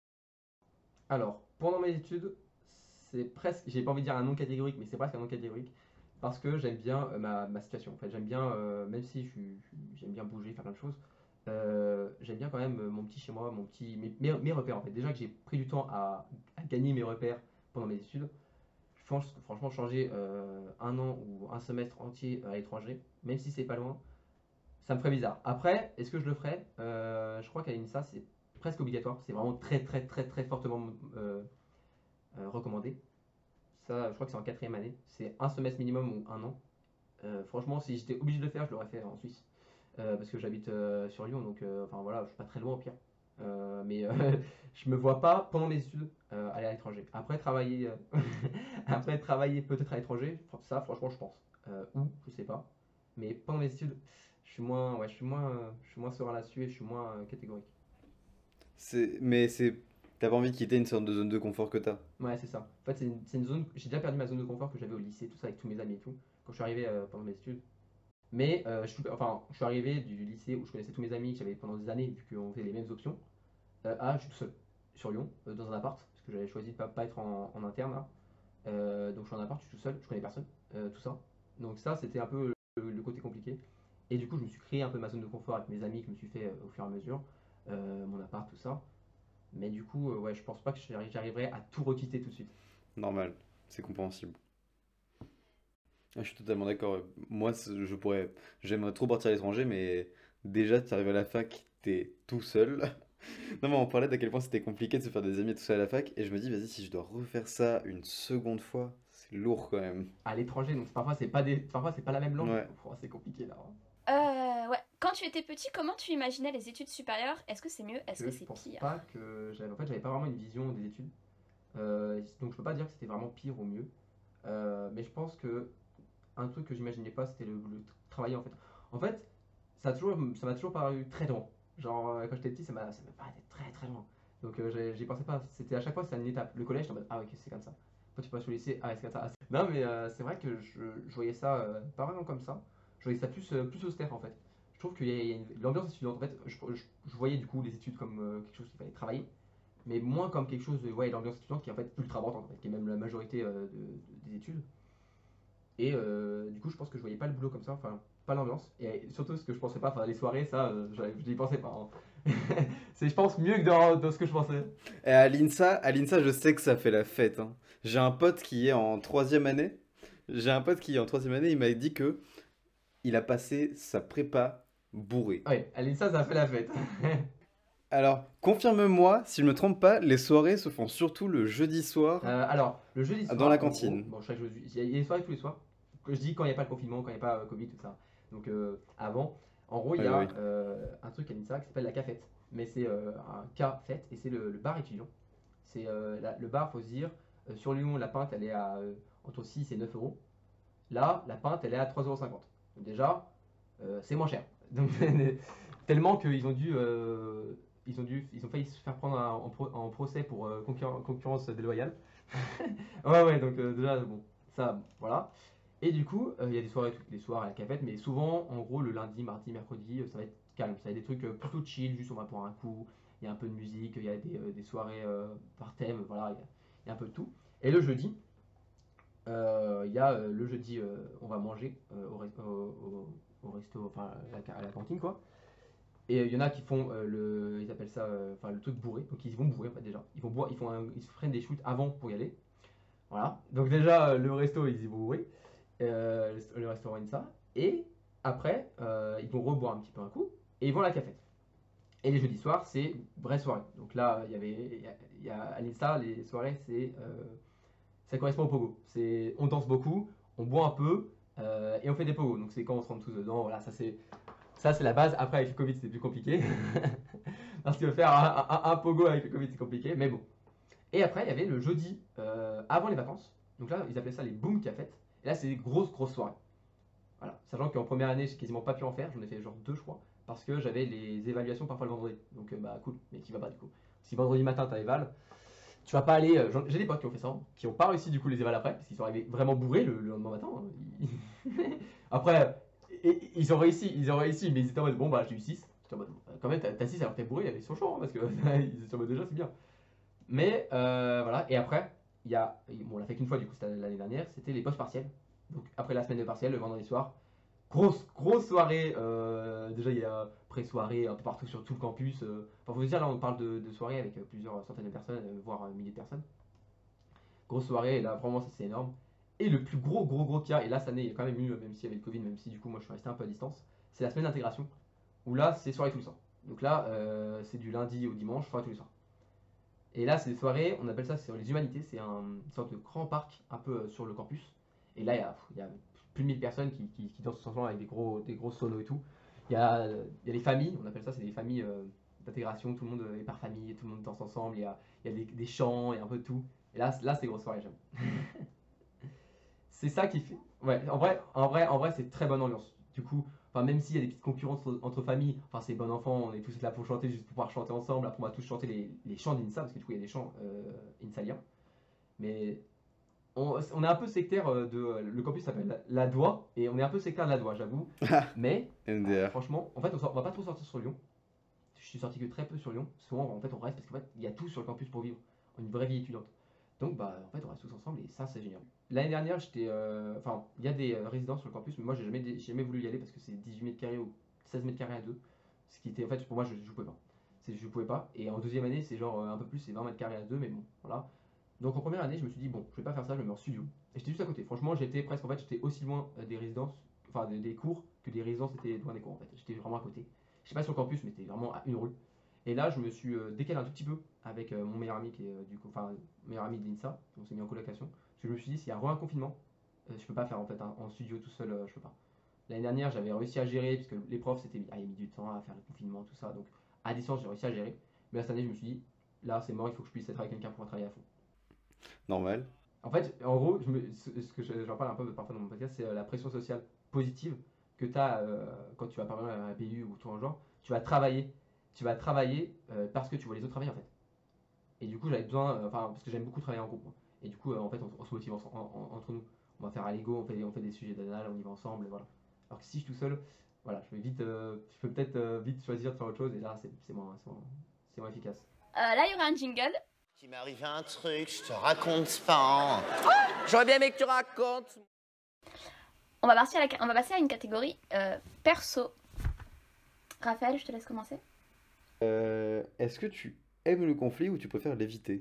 Alors, pendant mes études, c'est presque, j'ai pas envie de dire un non catégorique, mais c'est presque un non catégorique, parce que j'aime bien euh, ma, ma situation. En fait, j'aime bien, euh, même si je suis- je suis- j'aime bien bouger, faire plein de choses, euh, j'aime bien quand même euh, mon petit chez moi, mon petit, mes, mes- mes repères en fait. Déjà que j'ai pris du temps à, à gagner mes repères pendant mes études, je pense que franchement, changer euh, un an ou un semestre entier à l'étranger, même si c'est pas loin, ça me ferait bizarre. Après, est-ce que je le ferais? Euh, Je crois qu'à l'INSA, c'est presque obligatoire. C'est vraiment très, très, très, très fortement euh, euh, recommandé. Ça, je crois que c'est en quatrième année. C'est un semestre minimum ou un an. Euh, franchement, si j'étais obligé de le faire, je l'aurais fait en Suisse. Euh, parce que j'habite euh, sur Lyon, donc euh, enfin voilà, je suis pas très loin au pire. Euh, mais euh, je me vois pas pendant mes études euh, aller à l'étranger. Après travailler, euh, après travailler peut-être à l'étranger, ça franchement je pense. Euh, où, je sais pas. Mais pendant mes études, je suis moins, ouais, je suis moins, euh, je suis moins serein là-dessus et je suis moins euh, catégorique. C'est... Mais c'est... T'as pas envie de quitter une sorte de zone de confort que t'as. Ouais, c'est ça. En fait, c'est une, c'est une zone. J'ai déjà perdu ma zone de confort que j'avais au lycée, tout ça, avec tous mes amis et tout, quand je suis arrivé euh, pendant mes études. Mais euh, je, suis, enfin, je suis arrivé du lycée où je connaissais tous mes amis que j'avais pendant des années, vu qu'on faisait les mêmes options. Euh, ah, je suis tout seul sur Lyon, euh, dans un appart, parce que j'avais choisi de pas, pas être en, en interne là. Euh, donc je suis en appart, je suis tout seul, je connais personne, euh, tout ça. Donc ça, c'était un peu le, le côté compliqué. Et du coup, je me suis créé un peu ma zone de confort avec mes amis que je me suis fait euh, au fur et à mesure, euh, mon appart, tout ça. Mais du coup, euh, ouais, je pense pas que j'arri- j'arriverai à tout requitter tout de suite. Normal, c'est compréhensible. Ah, je suis totalement d'accord. Moi, c'est- je pourrais... J'aimerais trop partir à l'étranger, mais déjà, tu arrives à la fac, t'es tout seul. Non, mais on parlait d'à quel point c'était compliqué de se faire des amis tout seul à la fac, et je me dis, vas-y, si je dois refaire ça une seconde fois, c'est lourd quand même. À l'étranger, donc parfois c'est pas des, parfois c'est pas la même langue. Ouais. Oh, c'est compliqué là. Hein. Euh, ouais. Quand tu étais petit, comment tu imaginais les études supérieures? Est-ce que c'est mieux? Est-ce que Que je c'est pense pire? pas que j'avais, en fait, j'avais pas vraiment une vision des études. Euh, donc je peux pas dire que c'était vraiment pire ou mieux. Euh, mais je pense que un truc que j'imaginais pas, c'était le, le tra- travailler en fait. En fait, ça a toujours, ça m'a toujours paru très loin. Genre euh, quand j'étais petit, ça m'a, ça m'a paru très très loin. Donc euh, j'ai- j'y pensais pas. C'était à chaque fois, c'était une étape. Le collège, j'étais en mode ah ok, c'est comme ça. Toi tu passes au lycée, ah ouais, c'est comme ça. Ah, c'est- non mais euh, c'est vrai que je, je voyais ça euh, pas vraiment comme ça. Je voyais ça plus, euh, plus austère en fait. Je trouve qu'il y a, il y a une- l'ambiance étudiante. En fait, je, je- je voyais du coup les études comme euh, quelque chose qu'il fallait travailler, mais moins comme quelque chose de ouais, l'ambiance étudiante qui est en fait ultra importante, en fait, qui est même la majorité euh, de- de- des études. Et euh, du coup, je pense que je voyais pas le boulot comme ça, enfin, pas l'ambiance. Et surtout, ce que je pensais pas, enfin, les soirées, ça, euh, j'avais- je n'y pensais pas. Hein. C'est, je pense, mieux que dans, dans ce que je pensais. Et à l'INSA, à l'INSA, je sais que ça fait la fête, hein. J'ai un pote qui est en troisième année. J'ai un pote qui est en troisième année, il m'a dit que il a passé sa prépa bourré. Ouais, à l'INSA, ça a fait la fête. Alors, confirme-moi, si je me trompe pas, les soirées se font surtout le jeudi soir. Euh, alors, le jeudi soir. Dans la en cantine. gros, bon, chaque jeudi, il y a il y a des soirées tous les soirs. Que je dis quand il n'y a pas le confinement, quand il n'y a pas euh, Covid, tout ça. Donc, euh, avant, en gros, il y Ouais, a ouais. euh, un truc à l'INSA qui s'appelle la cafette. Mais c'est euh, un K-fête et c'est le, le bar étudiant. C'est euh, la- le bar, faut se dire, euh, sur Lyon, la pinte, elle est à euh, entre six et neuf euros. Là, la pinte, elle est à trois euros cinquante. Donc, déjà, euh, c'est moins cher. Donc, tellement qu'ils ont dû. euh, ils ont dû, ils ont failli se faire prendre un- en, pro- en procès pour euh, concurren- concurrence déloyale. Ouais, ouais, donc euh, déjà, bon, ça, voilà. Et du coup, euh, il y a des soirées tous les soirs à la cafette, mais souvent, en gros, le lundi, mardi, mercredi, euh, ça va être calme. Ça va être des trucs euh, plutôt chill, juste on va boire un coup, il y a un peu de musique, il y a des, euh, des soirées euh, par thème, voilà, il y, a il y a un peu de tout. Et le jeudi, euh, il y a euh, le jeudi, euh, on va manger euh, au, res- au- au- au resto, enfin à la, ca- à la cantine, quoi. Et il y en a qui font euh, le, ils appellent ça, euh, enfin le truc bourré. Donc ils vont bourrer en fait déjà. Ils vont boire, ils font, un- ils se prennent des shoots avant pour y aller. Voilà. Donc déjà euh, le resto ils y vont bourrer, euh, le le restaurant ça. Et après euh, ils vont reboire un petit peu un coup et ils vont à la cafette. Et les jeudis soirs c'est vraie soirée. Donc là il y avait, il y a, il y a- à l'Insta les soirées c'est, euh, ça correspond au pogo. C'est, on danse beaucoup, on boit un peu euh, et on fait des pogos. Donc c'est quand on se rentre tous dedans. Voilà, ça c'est ça, c'est la base. Après, avec le Covid, c'est plus compliqué. Parce que faire un, un- un pogo avec le Covid, c'est compliqué. Mais bon. Et après, il y avait le jeudi euh, avant les vacances. Donc là, ils appelaient ça les boom cafettes. Et là, c'est des grosses, grosses soirées. Voilà. Sachant qu'en première année, j'ai quasiment pas pu en faire. J'en ai fait genre deux, je crois. Parce que j'avais les évaluations parfois le vendredi. Donc, euh, bah, cool. Mais qui va pas du coup. Si vendredi matin, t'as éval, tu vas pas aller. euh, j'en- J'ai des potes qui ont fait ça, hein, qui ont pas réussi du coup les évals après. Parce qu'ils sont arrivés vraiment bourrés le, le lendemain matin. hein. Ils- Après, et- et- ils ont réussi, ils ont réussi, mais ils étaient en mode bon bah j'ai eu six. J'étais en mode euh, quand même t'as t'as six alors que t'es bourré, ils sont chauds hein, parce que ils étaient en mode déjà c'est bien. Mais euh, voilà, et après, il y a, bon, on l'a fait qu'une fois du coup c'était l'année dernière, c'était les postes partiels. Donc après la semaine de partiel, le vendredi soir, grosse, grosse soirée. euh, déjà il y a pré-soirée un peu partout sur tout le campus. euh, Enfin faut vous dire là on parle de, de soirée avec euh, plusieurs centaines de personnes, euh, voire un millier de personnes. Grosse soirée, et là vraiment ça c'est énorme. Et le plus gros gros gros qu'il y a, et là cette année il y a quand même eu, même s'il y avait le Covid, même si du coup moi je suis resté un peu à distance, c'est la semaine d'intégration, où là c'est soirée tous les soirs. Donc là euh, c'est du lundi au dimanche, soirée tous les soirs. Et là c'est des soirées, on appelle ça sur les humanités, c'est un, une sorte de grand parc un peu euh, sur le campus. Et là il y a, il y a plus de mille personnes qui, qui, qui dansent ensemble avec des gros, des gros solos et tout. Il y a, euh, il y a les familles, on appelle ça, c'est des familles euh, d'intégration, tout le monde est par famille, tout le monde danse ensemble, il y a, il y a des, des chants, il y a un peu de tout. Et là, là c'est grosse soirée, j'aime. C'est ça qui fait. Ouais, en vrai, en vrai, en vrai, c'est très bonne ambiance. Du coup, enfin, même s'il y a des petites concurrences entre, entre familles, enfin, c'est bon enfant, on est tous là pour chanter, juste pour pouvoir chanter ensemble. Après, on va tous chanter les, les chants d'Insa, parce que du coup, il y a des chants euh, insaliens. Mais on, on est un peu sectaire euh, de. euh, Le campus s'appelle la, la Doua, et on est un peu sectaire de la Doua, j'avoue. Mais, M euh, D R. franchement, en fait, on, sort- on va pas trop sortir sur Lyon. Je suis sorti que très peu sur Lyon. Souvent, en fait, on reste parce qu'en fait, il y a tout sur le campus pour vivre. Une vraie vie étudiante. Donc, bah, en fait, on reste tous ensemble et ça, c'est génial. L'année dernière, j'étais. euh, Enfin, il y a des euh, résidences sur le campus, mais moi, j'ai jamais, j'ai jamais voulu y aller parce que c'est dix-huit mètres carrés ou seize mètres carrés à deux. Ce qui était, en fait, pour moi, je, je pouvais pas. C'est, je pouvais pas. Et en deuxième année, c'est genre euh, un peu plus, c'est vingt mètres carrés à deux, mais bon, voilà. Donc, en première année, je me suis dit, bon, je vais pas faire ça, je me mets en studio. Et j'étais juste à côté. Franchement, j'étais presque, en fait, j'étais aussi loin euh, des résidences, enfin, des, des cours, que des résidences étaient loin des cours, en fait. J'étais vraiment à côté. Je sais pas sur le campus, mais c'était vraiment à une rue. Et là, je me suis euh, décalé un tout petit peu avec euh, mon meilleur ami qui est euh, du coup, enfin, meilleur ami de l'INSA. On s'est mis en colocation. Parce que je me suis dit, s'il y a re un confinement, euh, je peux pas faire en fait un- en studio tout seul, euh, je peux pas. L'année dernière, j'avais réussi à gérer, puisque les profs, c'était, ah, il y a mis du temps à faire le confinement, tout ça. Donc, à distance, j'ai réussi à gérer. Mais là, cette année, je me suis dit, là, c'est mort, il faut que je puisse être avec quelqu'un pour travailler à fond. Normal. En fait, en gros, je me- ce ce que je- j'en parle un peu parfois dans mon podcast, c'est euh, la pression sociale positive que tu as quand tu vas par exemple à un B U ou tout en genre. Tu vas travailler, tu vas travailler euh, parce que tu vois les autres travailler en fait. Et du coup, j'avais besoin, euh, enfin, parce que j'aime beaucoup travailler en groupe. Moi. Et du coup, euh, en fait, on, on se motive en- en- en- entre nous. On va faire à l'ego, on fait, on fait des sujets d'anal, on y va ensemble, et voilà. Alors que si je suis tout seul, voilà, je vais vite, euh, je peux peut-être euh, vite choisir de faire autre chose, et là, c'est c'est moins, c'est moins, c'est moins efficace. Euh, là, il y aura un jingle. Il m'est arrivé un truc, je te raconte pas. J'aurais bien aimé que tu racontes. On va passer à, la, on va passer à une catégorie euh, perso. Raphaël, je te laisse commencer. Euh, est-ce que tu aimes le conflit ou tu préfères l'éviter?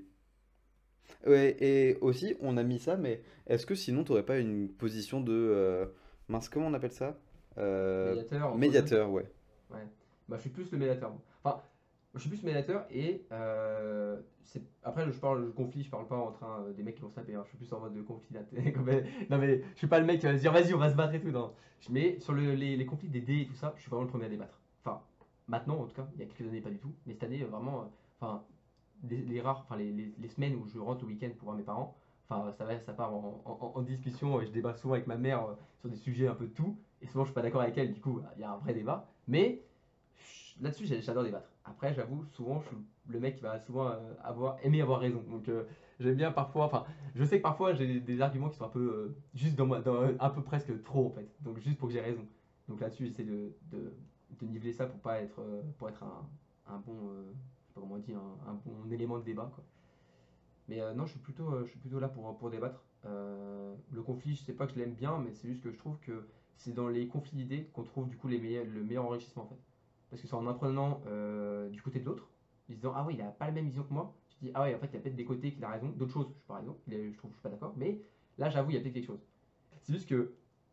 Ouais, et aussi, on a mis ça, mais est-ce que sinon t'aurais pas une position de... euh, mince, comment on appelle ça? Euh, Médiateur. entre médiateur, ouais. deux. Ouais. Bah, je suis plus le médiateur. moi. Enfin, Je suis plus médiateur et euh, c'est- après je parle, je conflit, je parle pas en train euh, des mecs qui vont se taper, hein. Je suis plus en mode de conflit là. Comme, euh, non mais je suis pas le mec qui va se dire vas-y on va se battre et tout. Non. Je- Mais sur le- les, les conflits des dés et tout ça, je suis vraiment le premier à débattre. Enfin, maintenant en tout cas, il y a quelques années pas du tout, mais cette année euh, vraiment, euh, enfin les, les rares, enfin les, les- les semaines où je rentre le week-end pour voir mes parents, enfin ça va, ça part en, en- en discussion. Et je débat souvent avec ma mère euh, sur des sujets un peu de tout, et souvent je suis pas d'accord avec elle, du coup il y a un vrai débat, mais là-dessus, j'ai- j'adore débattre. Après, j'avoue, souvent, je suis le mec qui va souvent euh, avoir, aimer avoir raison. Donc, euh, j'aime bien parfois, enfin, je sais que parfois, j'ai des arguments qui sont un peu, euh, juste dans moi, dans, un peu presque trop, en fait. Donc, juste pour que j'ai raison. Donc, là-dessus, j'essaie de, de, de niveler ça pour pas être, euh, pour être un, un bon, euh, je sais pas comment on dit, un, un bon élément de débat, quoi. Mais euh, non, je suis plutôt, euh, je suis plutôt là pour, pour débattre. Euh, le conflit, je sais pas que je l'aime bien, mais c'est juste que je trouve que c'est dans les conflits d'idées qu'on trouve du coup les meilleurs, le meilleur enrichissement en fait. Parce que c'est en apprenant euh, du côté de l'autre, en se disant ah oui, il a pas la même vision que moi. Tu te dis ah ouais, en fait, il y a peut-être des côtés qu'il a raison, d'autres choses, je suis pas raison, il est- je trouve, je suis pas d'accord, mais là, j'avoue, il y a peut-être quelque chose. C'est juste que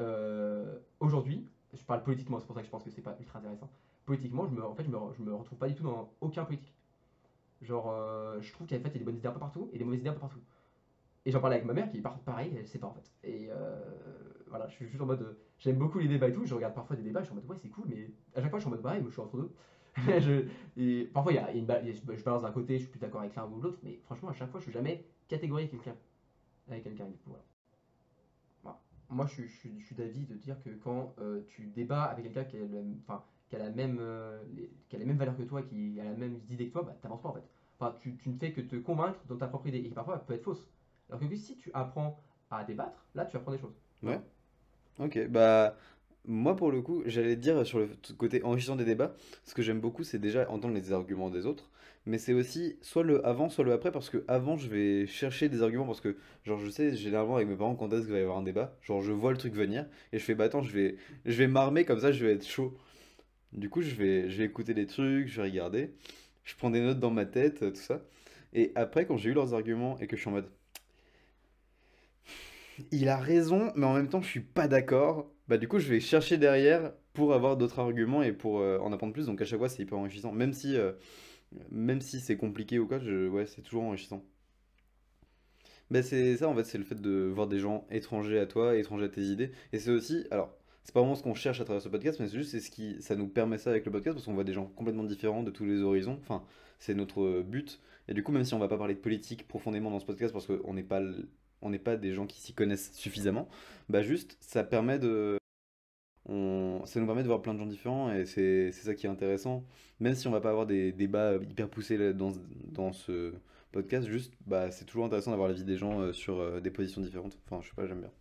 euh, aujourd'hui, je parle politiquement, c'est pour ça que je pense que c'est pas ultra intéressant. Politiquement, je me, en fait, je me, je me retrouve pas du tout dans aucun politique. Genre, euh, je trouve qu'en fait, il y a des bonnes idées un peu partout et des mauvaises idées un peu partout. Et j'en parlais avec ma mère qui part pareil, elle sait pas en fait. Et euh, voilà, je suis juste en mode. euh, J'aime beaucoup les débats et tout, je regarde parfois des débats, je suis en mode ouais, c'est cool, mais à chaque fois je suis en mode pareil, moi je suis entre deux. Je- et parfois il y a, il y a une ba- il y a- je balance d'un côté, je suis plus d'accord avec l'un ou l'autre, mais franchement, à chaque fois je suis jamais catégorique avec quelqu'un. Avec quelqu'un, du coup, voilà. Voilà. Moi je, suis- je, suis- je suis d'avis de dire que quand euh, tu débats avec quelqu'un qui a, le- enfin, qui a la même, euh, les, qui a les mêmes valeurs que toi, qui a la même idée que toi, bah t'avances pas en fait. Enfin, tu, tu ne fais que te convaincre dans ta propre idée, et qui parfois elle peut être fausse. Alors que oui, si tu apprends à débattre, là tu apprends des choses. Ouais. Voilà. Ok, bah moi pour le coup, j'allais dire sur le t- côté enrichissant des débats, ce que j'aime beaucoup c'est déjà entendre les arguments des autres, mais c'est aussi soit le avant, soit le après, parce que avant je vais chercher des arguments, parce que genre je sais généralement avec mes parents quand est-ce qu'il va y avoir un débat, genre je vois le truc venir, et je fais bah attends, je vais, je vais m'armer comme ça, je vais être chaud. Du coup je vais, je vais écouter des trucs, je vais regarder, je prends des notes dans ma tête, euh, tout ça, et après quand j'ai eu leurs arguments et que je suis en mode il a raison, mais en même temps, je suis pas d'accord. Bah, du coup, je vais chercher derrière pour avoir d'autres arguments et pour euh, en apprendre plus. Donc, à chaque fois, c'est hyper enrichissant. Même si, euh, même si c'est compliqué ou quoi, je... ouais, c'est toujours enrichissant. Bah, c'est ça, en fait, c'est le fait de voir des gens étrangers à toi, étrangers à tes idées. Et c'est aussi, alors, c'est pas vraiment ce qu'on cherche à travers ce podcast, mais c'est juste c'est ce qui, ça nous permet ça avec le podcast parce qu'on voit des gens complètement différents de tous les horizons. Enfin, c'est notre euh, but. Et du coup, même si on va pas parler de politique profondément dans ce podcast parce qu'on n'est pas, l- on n'est pas des gens qui s'y connaissent suffisamment, bah juste, ça permet de, on, ça nous permet de voir plein de gens différents et c'est c'est ça qui est intéressant. Même si on va pas avoir des débats hyper poussés là, dans, dans ce podcast, juste, bah, c'est toujours intéressant d'avoir l'avis des gens euh, sur euh, des positions différentes. Enfin, je sais pas, j'aime bien.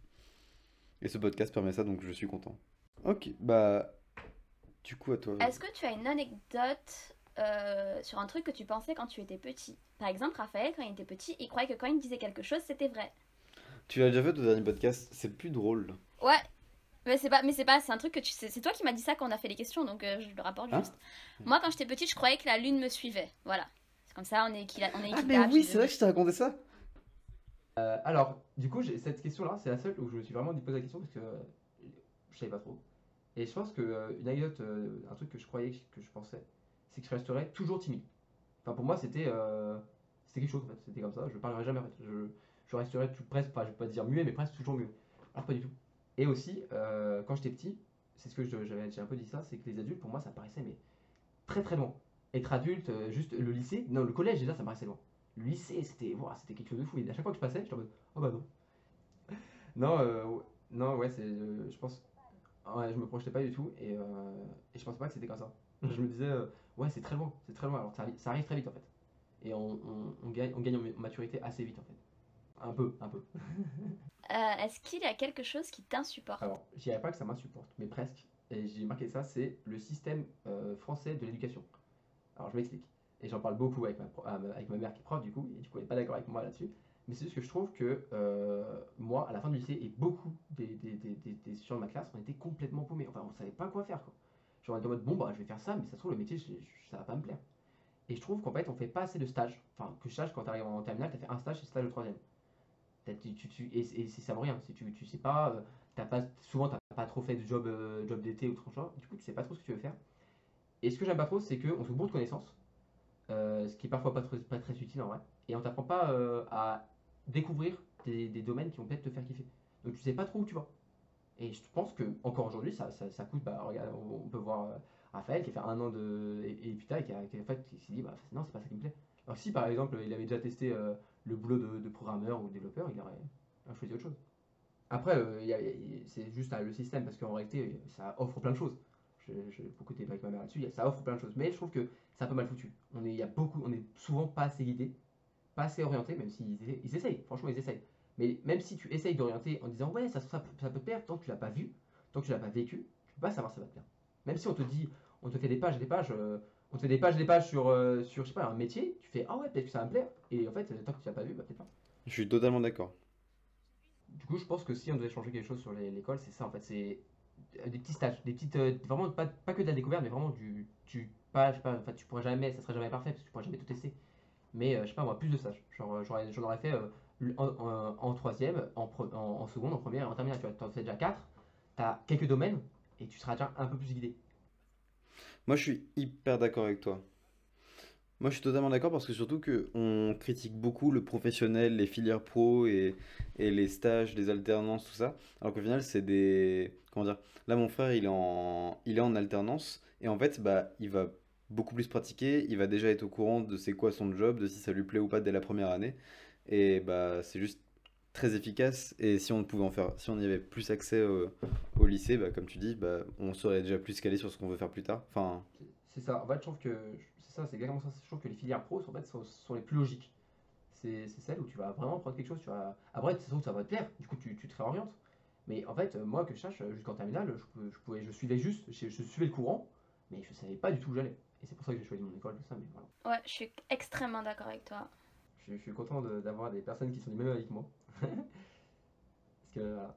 Et ce podcast permet ça, donc je suis content. Ok, bah, du coup, à toi. Est-ce que tu as une anecdote euh, sur un truc que tu pensais quand tu étais petit? Par exemple, Raphaël, quand il était petit, il croyait que quand il disait quelque chose, c'était vrai. Tu l'as déjà fait au dernier podcast, c'est plus drôle. Ouais, mais c'est pas, mais c'est pas, c'est un truc que tu sais, c'est toi qui m'as dit ça quand on a fait les questions, donc euh, je le rapporte Hein? juste. Moi, quand j'étais petite, je croyais que la lune me suivait. Voilà. C'est comme ça, on est, équila- on est Ah, équitable. mais oui, chez c'est nous. vrai que je t'ai raconté ça. Euh, alors, du coup, j'ai- cette question-là, c'est la seule où je me suis vraiment dit poser la question parce que euh, je savais pas trop. Et je pense que euh, une anecdote, euh, un truc que je croyais, que je pensais, c'est que je resterais toujours timide. Enfin, pour moi, c'était euh, c'était quelque chose en fait. C'était comme ça. Je parlerai jamais en fait. Je, je resterai tout, presque, enfin, je vais pas dire muet, mais presque toujours muet. Alors, pas du tout. Et aussi, euh, quand j'étais petit, c'est ce que je- j'avais j'ai un peu dit ça, c'est que les adultes, pour moi, ça paraissait mais très très loin. Être adulte, euh, juste le lycée, non, le collège déjà, ça me paraissait loin. Le lycée, c'était ouah, c'était quelque chose de fou. Et à chaque fois que je passais, j'étais en mode, oh bah non. Non, euh, ouais- non, ouais, c'est, euh, je pense, ouais, je me projetais pas du tout et, euh, et je pensais pas que c'était comme ça. Je me disais, euh, ouais, c'est très loin, c'est très loin. Alors que ça, arri- ça arrive très vite en fait. Et on, on- on gagne, on gagne en maturité assez vite en fait. Un peu, un peu. Euh, est-ce qu'il y a quelque chose qui t'insupporte? Alors, je dirais pas que ça m'insupporte, mais presque. Et j'ai marqué ça, c'est le système euh, français de l'éducation. Alors, je m'explique. Et j'en parle beaucoup avec ma, pro- ah, avec ma mère qui est prof, du coup, et du coup, elle n'est pas d'accord avec moi là-dessus. Mais c'est juste que je trouve que euh, moi, à la fin du lycée, et beaucoup des, des, des, des, des gens de ma classe, on était complètement paumés. Enfin, on savait pas quoi faire, quoi. Genre, on était en mode, bon, bah, je vais faire ça, mais ça se trouve, le métier, je- je- ça va pas me plaire. Et je trouve qu'en fait, on fait pas assez de stages. Enfin, que je sache, quand tu arrives en terminale, tu as fait un stage et stage de troisième. T'as- tu, tu, tu- et et c'est- ça vaut rien. Si tu, tu sais pas, euh, t'as pas, souvent, tu n'as pas trop fait de job, euh, job d'été ou autre chose. Du coup, tu sais pas trop ce que tu veux faire. Et ce que j'aime pas trop, c'est qu'on se bourre de connaissances, euh, ce qui est parfois pas très, pas très utile en vrai. Et on t'apprend pas euh, à découvrir des, des domaines qui vont peut-être te faire kiffer. Donc tu sais pas trop où tu vas. Et je pense que encore aujourd'hui, ça, ça, ça coûte. Bah, regarde, on on peut voir euh, Raphaël qui a fait un an de. Et, et putain, qui, a, qui, a- en fait, qui s'est dit, bah non, c'est pas ça qui me plaît. Alors que si par exemple, il avait déjà testé euh, le boulot de, de programmeur ou de développeur, il aurait aurait choisi autre chose. Après, euh, il y a- il y a- c'est juste euh, le système, parce qu'en réalité, ça offre plein de choses. Je, je, pour côté avec ma mère là-dessus, il y a- ça offre plein de choses. Mais je trouve que c'est un peu mal foutu. On est, il y a beaucoup, on est souvent pas assez guidé, pas assez orienté, même s'ils essa- ils essayent, franchement, ils essayent. Mais même si tu essayes d'orienter en disant, ouais, ça, ça, ça peut te plaire, tant que tu l'as pas vu, tant que tu l'as pas vécu, tu peux pas savoir si ça va te plaire. Même si on te dit, on te fait des pages et des pages, euh, on te fait des pages et des pages sur, euh, sur, je sais pas, un métier, tu fais, ah ouais, peut-être que ça va me plaire. Et en fait, tant que tu l'as pas vu, bah peut-être pas. Je suis totalement d'accord. Du coup, je pense que si on devait changer quelque chose sur les- l'école, c'est ça en fait, c'est euh, des petits stages, des petites, euh, vraiment pas, pas que de la découverte, mais vraiment du, tu, pas, je sais pas, en fait, tu pourrais jamais, ça serait jamais parfait parce que tu pourrais jamais tout tester. Mais euh, je sais pas moi, plus de stages. Genre, euh, j'aurais, j'en aurais fait euh, en, en- en troisième, en, pre- en, en seconde, en première, et en terminale. Tu vois, t'en fais déjà quatre, t'as quelques domaines et tu seras déjà un peu plus guidé. Moi, je suis hyper d'accord avec toi. Moi, je suis totalement d'accord parce que surtout que on critique beaucoup le professionnel, les filières pro et, et les stages, les alternances, tout ça. Alors qu'au final, c'est des... Comment dire? Là, mon frère, il est en, il est en alternance et en fait, bah, il va beaucoup plus pratiquer. Il va déjà être au courant de c'est quoi son job, de si ça lui plaît ou pas dès la première année. Et bah, c'est juste très efficace. Et si on pouvait en faire, si on y avait plus accès au, au lycée, bah, comme tu dis, bah, on serait déjà plus calé sur ce qu'on veut faire plus tard. Enfin, C'est c'est ça. En fait, je trouve que c'est ça, c'est exactement ça. Je trouve que les filières pro en fait, sont, sont les plus logiques. C'est c'est celles où tu vas vraiment prendre quelque chose. Tu vas... Après, c'est sûr que ça va te plaire. Du coup, tu, tu te réorientes. Mais en fait, euh, moi, que je sache, euh, jusqu'en terminale, je, pouvais, je, pouvais- je suivais juste, je, je suivais le courant, mais je savais pas du tout où j'allais. Et c'est pour ça que j'ai choisi mon école, tout ça. Mais voilà. Ouais, je suis extrêmement d'accord avec toi. Je, je suis content de- d'avoir des personnes qui sont du même avis que moi. Parce que voilà.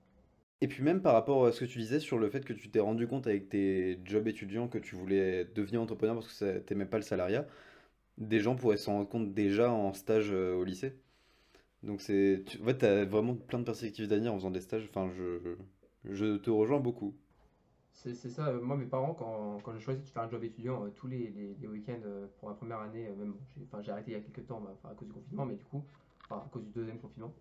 et puis même par rapport à ce que tu disais sur le fait que tu t'es rendu compte avec tes jobs étudiants que tu voulais devenir entrepreneur parce que ça- t'aimais pas le salariat, des gens pourraient s'en rendre compte déjà en stage euh, au lycée. Donc c'est, tu- en fait, t'as vraiment plein de perspectives d'avenir en faisant des stages. Enfin, je, je te rejoins beaucoup. C'est c'est ça, euh, moi mes parents, quand, quand j'ai choisi de faire un job étudiant euh, tous les, les- les week-ends euh, pour ma première année, euh, même, j'ai enfin, j'ai arrêté il y a quelques temps bah, enfin, à cause du confinement, mais du coup, enfin à cause du deuxième confinement,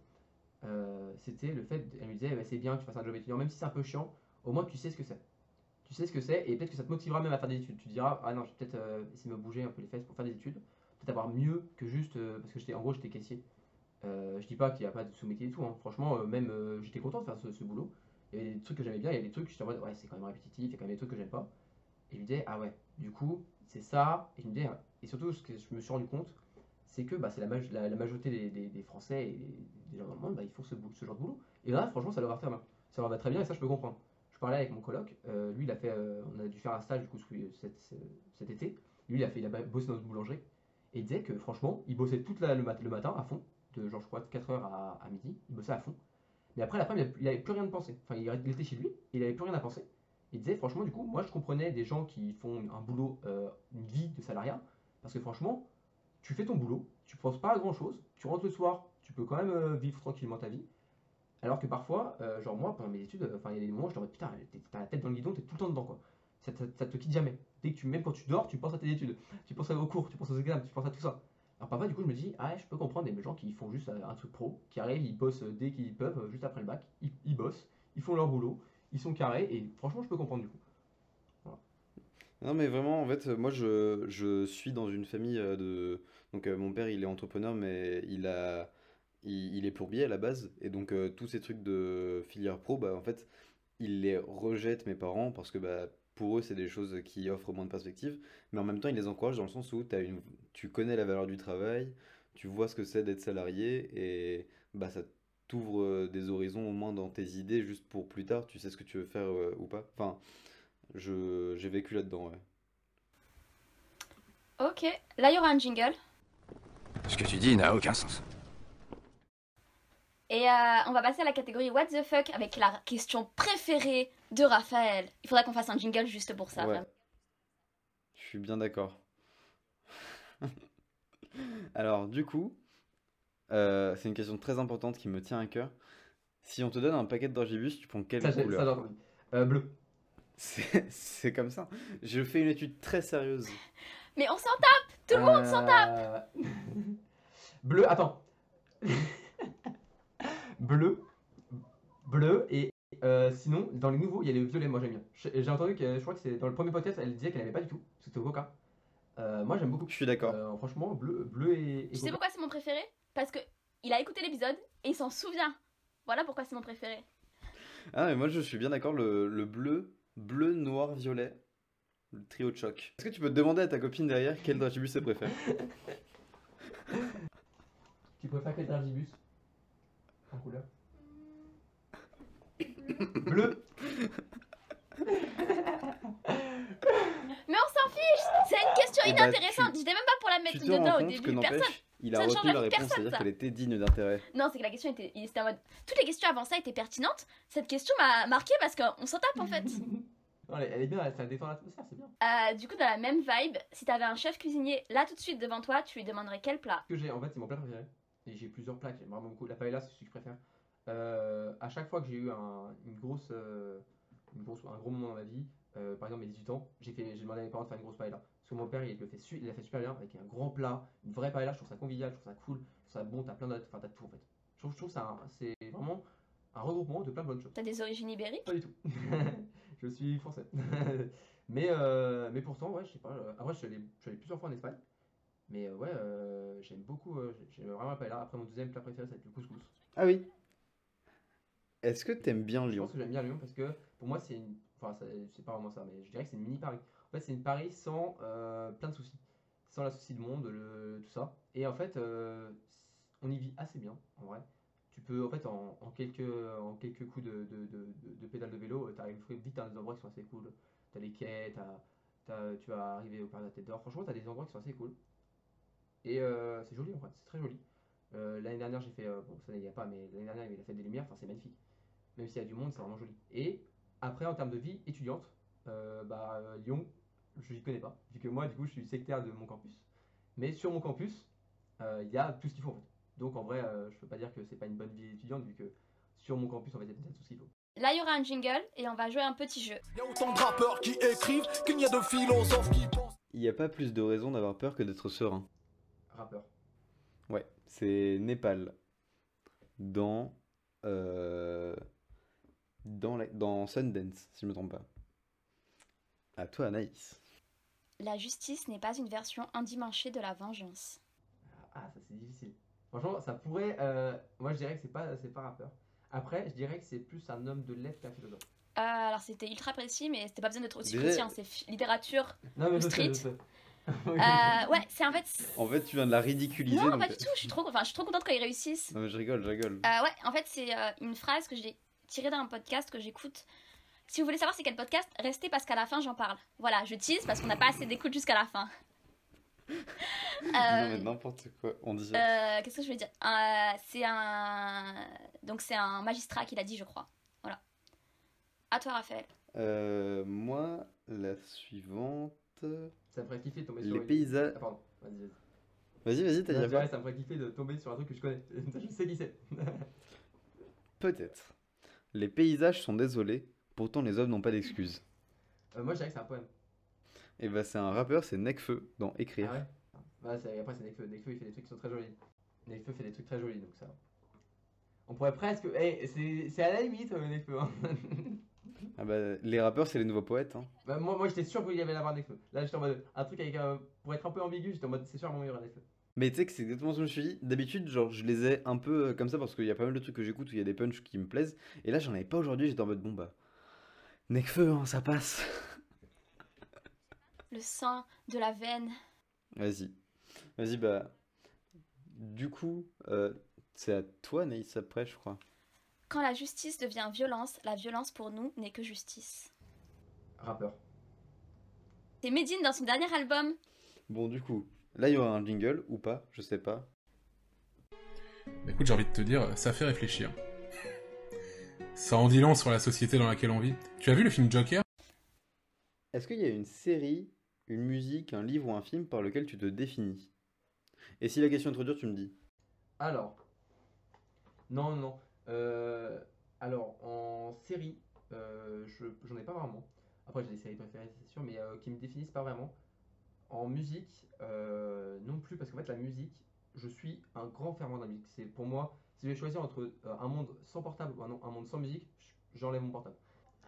euh, c'était le fait, elle me disait, bah, c'est bien que tu fasses un job étudiant, même si c'est un peu chiant, au moins tu sais ce que c'est. Tu sais ce que c'est et peut-être que ça te motivera même à faire des études. Tu te diras, ah non, je vais peut-être euh, essayer de me bouger un peu les fesses pour faire des études, peut-être avoir mieux que juste, euh, parce que j'étais, en gros j'étais caissier. Euh, je dis pas qu'il n'y a pas de sous-métier et tout, hein. Franchement, euh, même euh, j'étais content de faire ce, ce boulot. Il y avait des trucs que j'aimais bien, il y a des trucs que j'étais en mode, ouais, c'est quand même répétitif, il y a quand même des trucs que j'aime pas. Et je me disais, ah ouais, du coup, c'est ça. Et je me disais, et surtout, ce que je me suis rendu compte, c'est que bah, c'est la, maj- la, la majorité des, des- des Français et des, des gens dans le monde, bah, ils font ce, bou- ce genre de boulot. Et là, franchement, ça leur va très bien. Ça leur va très bien et ça, je peux comprendre. Je parlais avec mon coloc, euh, lui, il a fait, euh, on a dû faire un stage du coup ce- cet, ce- cet été. Lui, il a fait, il a bossé dans une boulangerie. Et il disait que franchement, il bossait toute la, le, mat- le matin à fond, de genre, je crois, de quatre heures à, à midi, il bossait à fond. Mais après, l'après, il n'avait plus rien de pensé. Enfin, il il était chez lui, il n'avait plus rien à penser. Il disait, franchement, du coup, moi, je comprenais des gens qui font un boulot, euh, une vie de salariat, parce que franchement, tu fais ton boulot, tu ne penses pas à grand chose, tu rentres le soir, tu peux quand même euh, vivre tranquillement ta vie. Alors que parfois, euh, genre moi, pendant mes études, euh, enfin, il y a des moments où je te dis, putain, t'es- t'as la tête dans le guidon, t'es tout le temps dedans, quoi. Ça, te- ça te quitte jamais. Dès que tu, même quand tu dors, tu penses à tes études, tu penses aux cours, tu penses aux examens, tu penses à tout ça. Alors parfois, du coup, je me dis, ah, ouais, je peux comprendre des gens qui font juste euh, un truc pro, qui arrivent, ils bossent euh, dès qu'ils peuvent, euh, juste après le bac, ils, ils bossent, ils font leur boulot, ils sont carrés, et franchement, je peux comprendre du coup. Voilà. Non, mais vraiment, en fait, euh, moi, je, je suis dans une famille euh, de... Donc, euh, mon père, il est entrepreneur, mais il a... Il, il est plombier à la base. Et donc, euh, tous ces trucs de filière pro, bah, en fait, il les rejette, mes parents, parce que bah, pour eux, c'est des choses qui offrent moins de perspectives. Mais en même temps, ils les encouragent dans le sens où t'as une... tu connais la valeur du travail, tu vois ce que c'est d'être salarié, et bah, ça t'ouvre euh, des horizons au moins dans tes idées, juste pour plus tard, tu sais ce que tu veux faire euh, ou pas. Enfin, je, j'ai vécu là-dedans, ouais. Ok, là il y aura un jingle. Ce que tu dis n'a aucun sens. Et euh, on va passer à la catégorie What the fuck avec la question préférée de Raphaël. Il faudra qu'on fasse un jingle juste pour ça. Ouais, Vraiment. je suis bien d'accord. Alors, du coup, euh, c'est une question très importante qui me tient à cœur. Si on te donne un paquet de dragibus, tu prends quelle Ça, j'ai- ça, couleur? j'ai entendu. Euh, bleu. C'est c'est comme ça. Je fais une étude très sérieuse. Mais on s'en tape. Tout le monde s'en tape. Euh, Bleu, attends. Bleu. Bleu et euh, sinon, dans les nouveaux, il y a les violets, moi j'aime bien. J'ai j'ai entendu que, je crois que c'est dans le premier podcast, elle disait qu'elle n'aimait pas du tout. C'était au coca. Euh, moi j'aime beaucoup. Je suis d'accord. Euh, franchement, bleu, bleu et, et Tu sais coca. pourquoi c'est mon préféré? Parce que il a écouté l'épisode et il s'en souvient. Voilà pourquoi c'est mon préféré. Ah, mais moi je suis bien d'accord, le, le bleu, bleu, noir, violet, le trio de choc. Est-ce que tu peux te demander à ta copine derrière quel dragibus elle préfère? Tu préfères quel dragibus en couleur? Bleu. Mais on s'en fiche. C'est une question Eh bah, inintéressante. tu- J'étais même pas pour la Tu mettre te rends dedans au compte que début. Personne. n'empêche, il a ça ne change retenu la la vie de réponse, personne, c'est-à-dire ça. qu'elle était digne d'intérêt. Non, c'est que la question était, il était en mode. Toutes les questions avant ça étaient pertinentes. Cette question m'a marqué parce qu'on s'en tape en fait. Non, elle, elle est bien, ça détend l'atmosphère, c'est bien. Euh, du coup, dans la même vibe, si t'avais un chef cuisinier là tout de suite devant toi, tu lui demanderais quel plat? Ce que j'ai, en fait, c'est mon plat préféré. Et j'ai plusieurs plats que j'aime vraiment beaucoup. La paella, c'est celui que je préfère. Euh, à chaque fois que j'ai eu un, une grosse, euh, une grosse, un gros moment dans ma vie, euh, par exemple mes dix-huit ans, j'ai fait, j'ai demandé à mes parents de faire une grosse paella. Parce que mon père, il le fait, su- il l'a fait super bien avec un grand plat, une vraie paella. Je trouve ça convivial, je trouve ça cool, je trouve ça bon. T'as plein d'autres, enfin t'as tout en fait. Je trouve, je trouve ça, un- c'est vraiment un regroupement de plein de bonnes choses. T'as des origines ibériques? Pas du tout. Je suis français. mais, euh, mais pourtant, ouais, je sais pas. euh, Après, je suis allé, je suis allé plusieurs fois en Espagne. Mais euh, ouais, euh, j'aime beaucoup. euh, j'ai- J'aime vraiment la paella. Après, mon deuxième plat préféré, ça va être le couscous. Ah oui. Est-ce que t'aimes bien Je Lyon? pense que j'aime bien Lyon parce que pour moi, c'est une. Enfin, ça- c'est pas vraiment ça, mais je dirais que c'est une mini Paris. En fait, c'est une Paris sans euh, plein de soucis. Sans la souci de monde, le, tout ça. Et en fait, euh, on y vit assez bien, en vrai. Tu peux, en fait, en, en quelques, en quelques coups de, de, de, de, de pédale de vélo, tu arrives vite à des endroits qui sont assez cool. T'as les quais, t'as, t'as- tu vas arriver au Parc de la Tête d'Or. Franchement, t'as des endroits qui sont assez cool. Et euh, c'est joli, en fait, c'est très joli. Euh, l'année dernière, j'ai fait, euh, bon, ça il n'y a pas, mais l'année dernière, il y avait la fête des Lumières, enfin, c'est magnifique. Même s'il y a du monde, c'est vraiment joli. Et après, en termes de vie étudiante, euh, bah, euh, Lyon, je n'y connais pas. Vu que moi, du coup, je suis sectaire de mon campus. Mais sur mon campus, euh, il y a tout ce qu'il faut en fait. Donc en vrai, euh, je peux pas dire que c'est pas une bonne vie étudiante, vu que sur mon campus, en fait, il y a tout ce qu'il faut. Là, il y aura un jingle et on va jouer un petit jeu. Y a autant de rappeurs qui écrivent qu'il n'y a de philosophes qui pensent. Il n'y a pas plus de raison d'avoir peur que d'être serein. Rappeur. Ouais, c'est Népal. Dans. euh, dans, la- dans Sundance, si je me trompe pas. À toi, Anaïs. La justice n'est pas une version endimanchée de la vengeance. Ah, ça c'est difficile. Franchement, ça pourrait. euh, moi, je dirais que c'est pas, c'est pas rappeur. Après, je dirais que c'est plus un homme de lettres qu'un philosophe. Euh, alors, c'était ultra précis, mais c'était pas besoin d'être aussi Déjà- précis. Hein, c'est fi- littérature. Non, mais je sais, Street. je sais. Euh, ouais, c'est en fait. En fait, tu viens de la ridiculiser. Non, donc- pas du tout. Je suis trop, enfin, je suis trop contente quand ils réussissent. Non, mais je rigole, je rigole. Euh, ouais, en fait, c'est euh, une phrase que j'ai tirée d'un podcast que j'écoute. Si vous voulez savoir c'est quel podcast, restez parce qu'à la fin j'en parle. Voilà, je tease parce qu'on n'a pas assez d'écoute jusqu'à la fin. Non, Euh, mais n'importe quoi. On dit. euh, Qu'est-ce que je veux dire? Euh, C'est un. Donc, c'est un magistrat qui l'a dit, je crois. Voilà. À toi, Raphaël. Euh, moi, la suivante. Ça me ferait kiffer de tomber sur Les une- paysages. Ah, pardon, vas-y, vas-y. Vas-y, vas-y, t'as Non, dit je dirais, quoi? ça me ferait kiffer de tomber sur un truc que je connais. Je sais qui c'est. Peut-être. Les paysages sont désolés, pourtant les hommes n'ont pas d'excuses. Euh, moi, je dirais que c'est un poème. Et bah, c'est un rappeur, c'est Nekfeu dans Écrire. Ah ouais bah, c'est- Après, c'est Nekfeu. Nekfeu, il fait des trucs qui sont très jolis. Nekfeu fait des trucs très jolis, donc ça. On pourrait presque. Eh, c'est c'est à la limite, euh, Nekfeu. Hein. Ah bah, les rappeurs, c'est les nouveaux poètes. Hein. Bah, moi, moi j'étais sûr qu'il y avait la barre Nekfeu. Là, j'étais en mode. Un truc avec. un- Pour être un peu ambigu, j'étais en mode. C'est sûr, à mon meilleur Nekfeu. Mais tu sais que c'est exactement ce que je me suis dit. D'habitude, genre, je les ai un peu euh, comme ça parce qu'il y a pas mal de trucs que j'écoute où il y a des punchs qui me plaisent. Et là, j'en avais pas aujourd'hui, j'étais en mode bon bah. Nekfeu, hein, ça passe. Le sang de la veine. Vas-y. Vas-y, bah. Du coup, euh, c'est à toi, Naïs, après, je crois. Quand la justice devient violence, la violence pour nous n'est que justice. Rappeur. C'est Medine dans son dernier album. Bon, du coup, là, il y aura un jingle ou pas, je sais pas. Bah, écoute, j'ai envie de te dire, ça fait réfléchir. Ça en dit long sur la société dans laquelle on vit. Tu as vu le film Joker? Est-ce qu'il y a une série, une musique, un livre ou un film par lequel tu te définis? Et si la question est trop dure, tu me dis. Alors. Non, non. Euh, alors, en série, euh, je, j'en ai pas vraiment. Après, j'ai des séries préférées, c'est sûr, mais euh, qui me définissent pas vraiment. En musique, euh, non plus, parce qu'en fait, la musique, je suis un grand fervent de la musique. C'est pour moi, si je vais choisir entre euh, un monde sans portable ou un, un monde sans musique, j'enlève mon portable.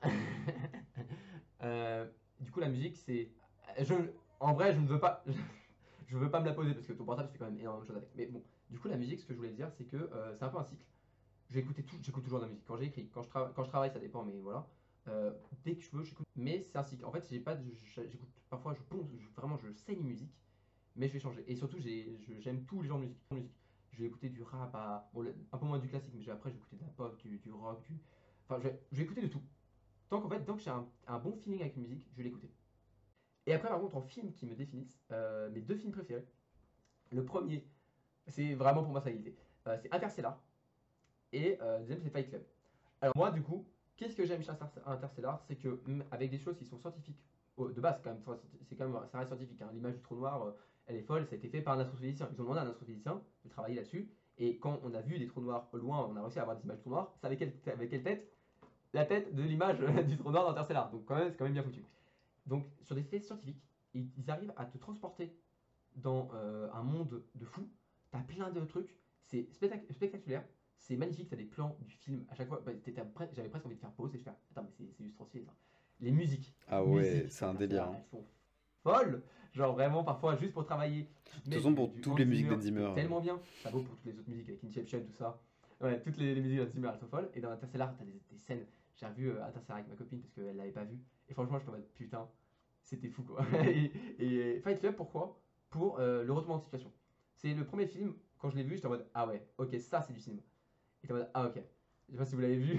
Euh, du coup, la musique, c'est. Je, en vrai, je ne veux pas. Je veux pas me la poser parce que ton portable, tu fais quand même énormément de choses avec. Mais bon, du coup, la musique, ce que je voulais dire, c'est que euh, c'est un peu un cycle. J'écoute tout, j'écoute toujours de la musique. Quand j'écris, quand je, trava- quand je travaille, ça dépend, mais voilà. Euh, dès que je veux, j'écoute. Mais c'est un cycle. En fait, j'ai pas, de- j'écoute parfois, je ponce, je- vraiment, je saigne une musique, mais je vais changer. Et surtout, j'ai, je- j'aime tous les genres de musique. musique. Je vais écouter du rap, à, bon, le- un peu moins du classique, mais je vais- après, je vais écouter de la pop, du, du rock, du. Enfin, je vais, je vais écouter de tout. Tant qu'en fait, tant que j'ai un, un bon feeling avec une musique, je vais l'écouter. Et après, par contre, en films qui me définissent, euh, mes deux films préférés. Le premier, c'est vraiment pour moi ça a été. Euh, c'est Interstellar. Et euh, le deuxième, c'est Fight Club. Alors moi, du coup, qu'est-ce que j'aime chez Inter- Interstellar? C'est que mm, avec des choses qui sont scientifiques, oh, de base, c'est quand même, c'est quand même, ça reste scientifique. Hein. L'image du trou noir, euh, elle est folle. Ça a été fait par un astrophysicien. Ils ont demandé à un astrophysicien de travailler là-dessus. Et quand on a vu des trous noirs au loin, on a réussi à avoir des images du trou noir. C'est avec quelle, avec quelle tête? La tête de l'image du trou noir d'Interstellar. Donc quand même, c'est quand même bien foutu. Donc sur des faits scientifiques, ils, ils arrivent à te transporter dans euh, un monde de fou. T'as plein de trucs, c'est spectac- spectaculaire, c'est magnifique, t'as des plans du film à chaque fois. Bah, t'étais pre- j'avais presque envie de faire pause et de faire attends, mais c'est c'est juste trop stylé ça. Les musiques, Ah les ouais, musiques, c'est un délire. Interstellar, Hein. elles sont folles. Genre vraiment, parfois, juste pour travailler, tu te De toute mets façon, du, pour du toutes Hans les musiques Zimmer, d'Hans c'est Zimmer. tellement bien. Ça vaut pour toutes les autres musiques avec Inception, tout ça. Ouais, toutes les, les musiques d'Hans Zimmer, elles sont folles. Et dans Interstellar, t'as des, des scènes. J'ai revu euh, Interstellar avec ma copine parce qu'elle l'avait pas vu. Et franchement, je suis en mode putain, c'était fou quoi. et, et Fight Club, pourquoi? Pour euh, le retournement de situation. C'est le premier film, quand je l'ai vu, j'étais en mode ah ouais, ok, ça c'est du cinéma. Et t'es en mode ah ok. Je sais pas si vous l'avez vu,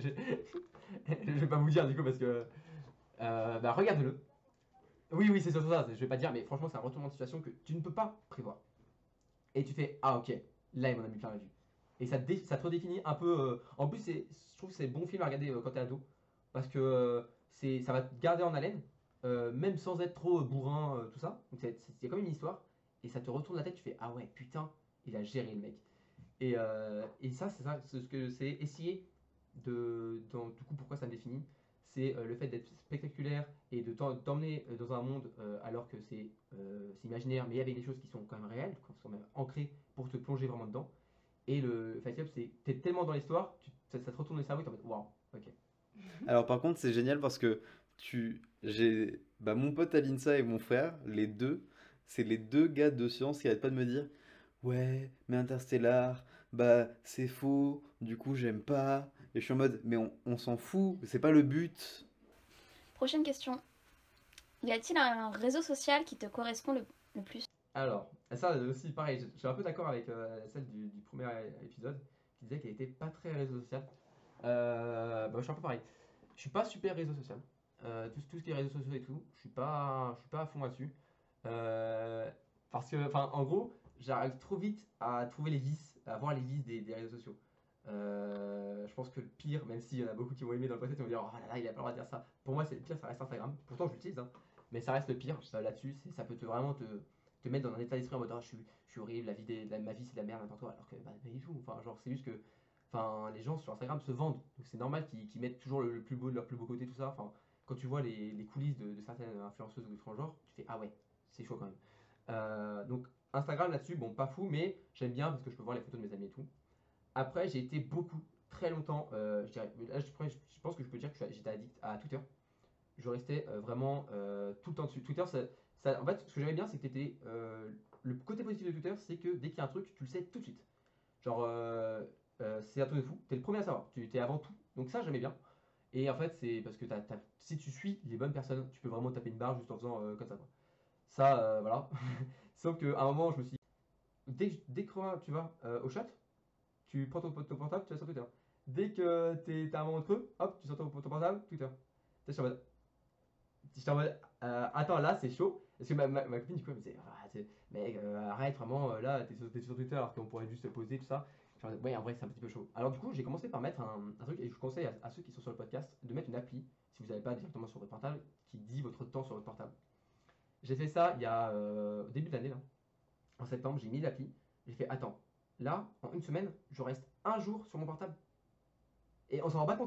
je vais pas vous dire du coup parce que. Euh, bah regarde-le. Oui, oui, c'est surtout ça, je vais pas dire, mais franchement, c'est un retournement de situation que tu ne peux pas prévoir. Et tu fais ah ok, là il m'en a mis plein la vue. Et ça, te dé- ça te redéfinit un peu. euh, En plus, c'est- je trouve que c'est bon film à regarder euh, quand t'es ado. Parce que euh, c'est, ça va te garder en haleine, euh, même sans être trop euh, bourrin, euh, tout ça. Donc c'est c'est- quand même une histoire. Et ça te retourne la tête, tu fais ah ouais, putain, il a géré le mec. Et, euh, et ça, c'est ça, c'est ce que c'est essayer de. Dans, du coup, pourquoi ça me définit? C'est euh, le fait d'être spectaculaire et de t'en- t'emmener euh, dans un monde euh, alors que c'est euh, c'est imaginaire, mais avec des choses qui sont quand même réelles, qui sont même ancrées pour te plonger vraiment dedans. Et le Fight Club, c'est t'es tellement dans l'histoire, tu- ça, ça te retourne le cerveau et t'es en mode waouh, ok. Alors par contre, c'est génial parce que tu, j'ai, bah mon pote Alinsa et mon frère, les deux, c'est les deux gars de science qui arrêtent pas de me dire, ouais, mais Interstellar, bah c'est faux, du coup j'aime pas. Et je suis en mode, mais on, on s'en fout, c'est pas le but. Prochaine question. Y a-t-il un réseau social qui te correspond le, le plus? Alors, ça aussi, pareil, je je suis un peu d'accord avec euh, celle du, du premier épisode qui disait qu'elle était pas très réseau social. Euh, bah, je suis un peu pareil. Je suis pas super réseau social. Euh, tout, tout ce qui est réseaux sociaux et tout, je suis pas, je suis pas à fond là-dessus. Euh, parce que, enfin, en gros, j'arrive trop vite à trouver les vices, à voir les vices des, des réseaux sociaux. Euh, je pense que le pire, même s'il y en a beaucoup qui vont aimer dans le podcast, ils vont dire oh là là, il a pas le droit de dire ça. Pour moi, c'est le pire, ça reste Instagram. Pourtant, je l'utilise, hein, mais ça reste le pire. Ça, là-dessus, c'est- ça peut te vraiment te, te mettre dans un état d'esprit en mode oh, je, suis, je suis horrible, la vie des- la- ma vie c'est de la merde, n'importe quoi. Alors que bah, pas du tout. Enfin, genre, c'est juste que enfin, les gens sur Instagram se vendent. Donc c'est normal qu'ils qu'ils mettent toujours le, le plus beau de leur plus beau côté, tout ça. Enfin, quand tu vois les, les coulisses de, de certaines influenceuses ou de genre, tu fais ah ouais, c'est chaud quand même. Euh, donc Instagram là-dessus, bon, pas fou, mais j'aime bien parce que je peux voir les photos de mes amis et tout. Après, j'ai été beaucoup, très longtemps, euh, je dirais, là, je, je pense que je peux dire que j'étais addict à Twitter. Je restais euh, vraiment euh, tout le temps dessus. Twitter, ça, ça- en fait, ce que j'aimais bien, c'est que t'étais, euh, le côté positif de Twitter, c'est que dès qu'il y a un truc, tu le sais tout de suite. Genre, euh, euh, c'est un truc de fou, t'es le premier à savoir, tu es avant tout. Donc ça, j'aimais bien. Et en fait, c'est parce que t'as- t'as- si tu suis les bonnes personnes, tu peux vraiment taper une barre juste en faisant euh, comme ça, quoi. Ça, euh, voilà. Sauf qu'à un moment, je me suis dit, dès, que- dès que tu vas euh, au chat, tu prends ton, ton portable, tu vas sur Twitter. Dès que t'es- t'as un moment de creux, hop, tu sors ton, ton portable, Twitter. Tu sais, je suis en mode, j'étais en mode, euh, attends, là, c'est chaud. Parce que ma, ma, ma copine, du coup, elle me disait, ah, t'sais, mec, euh, arrête, vraiment, euh, là, t'es sur, t'es sur Twitter alors qu'on pourrait juste se poser, tout ça. Je suis en mode, ouais, en vrai, c'est un petit peu chaud. Alors, du coup, j'ai commencé par mettre un, un truc, et je vous conseille à, à ceux qui sont sur le podcast de mettre une appli, si vous n'avez pas directement sur votre portable, qui dit votre temps sur votre portable. J'ai fait ça il y a, euh, au début de l'année, là. En septembre, j'ai mis l'appli. J'ai fait, attends, là, en une semaine, je reste un jour sur mon portable. Et on s'en rend pas compte, hein.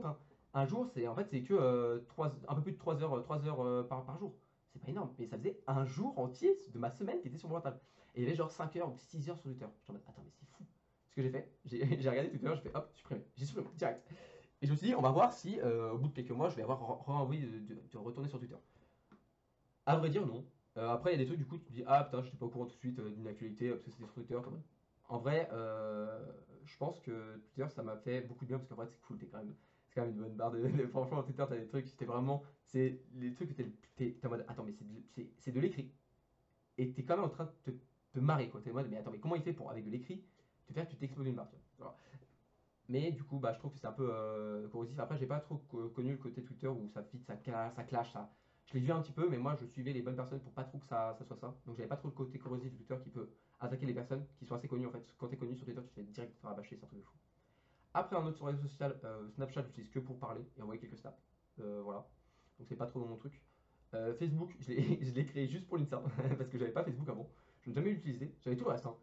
Un jour, c'est en fait, c'est que euh, trois- un peu plus de trois heures, euh, trois heures euh, par, par jour. C'est pas énorme, mais ça faisait un jour entier de ma semaine qui était sur mon portable. Et il y avait genre cinq heures ou six heures sur Twitter. J'étais en mode, attends, mais c'est fou. Ce que j'ai fait, j'ai j'ai regardé Twitter, j'ai fait hop, supprimé. J'ai supprimé, direct. Et je me suis dit, on va voir si euh, au bout de quelques mois, je vais avoir re- re- envie de, de- de retourner sur Twitter. À vrai dire, non. Euh, après, il y a des trucs, du coup, tu te dis, ah putain, j'étais pas au courant tout de suite euh, d'une actualité euh, parce que c'était sur Twitter. Comme... En vrai, euh, je pense que Twitter, ça m'a fait beaucoup de bien parce qu'en vrai, c'est cool, t'es quand même. C'est quand même une bonne barre de. de- Franchement, Twitter, t'as des trucs, c'était vraiment. C'est les trucs que t'es t'es- t'es en mode, attends, mais c'est de, c'est- c'est de l'écrit. Et t'es quand même en train de te, te marrer, quoi. T'es en mode, mais attends, mais comment il fait pour, avec de l'écrit, te faire que tu t'exploses une barre, tu vois. Voilà. Mais du coup, bah, je trouve que c'est un peu euh, corrosif. Après, j'ai pas trop co- connu le côté Twitter où ça vite, ça clash, ça clash, ça. Je l'ai vu un petit peu, mais moi, je suivais les bonnes personnes pour pas trop que ça, ça soit ça. Donc, j'avais pas trop le côté corrosif de Twitter qui peut attaquer les personnes qui sont assez connues en fait. Quand t'es connu sur Twitter, tu te fais direct faire rabâcher, c'est un truc de fou. Après, un autre réseau social, euh, Snapchat, j'utilise que pour parler et envoyer quelques snaps. Euh, voilà. Donc, c'est pas trop dans mon truc. Euh, Facebook, je l'ai je l'ai créé juste pour l'Insta parce que j'avais pas Facebook avant. Je n'ai jamais utilisé. J'avais tout le reste, hein.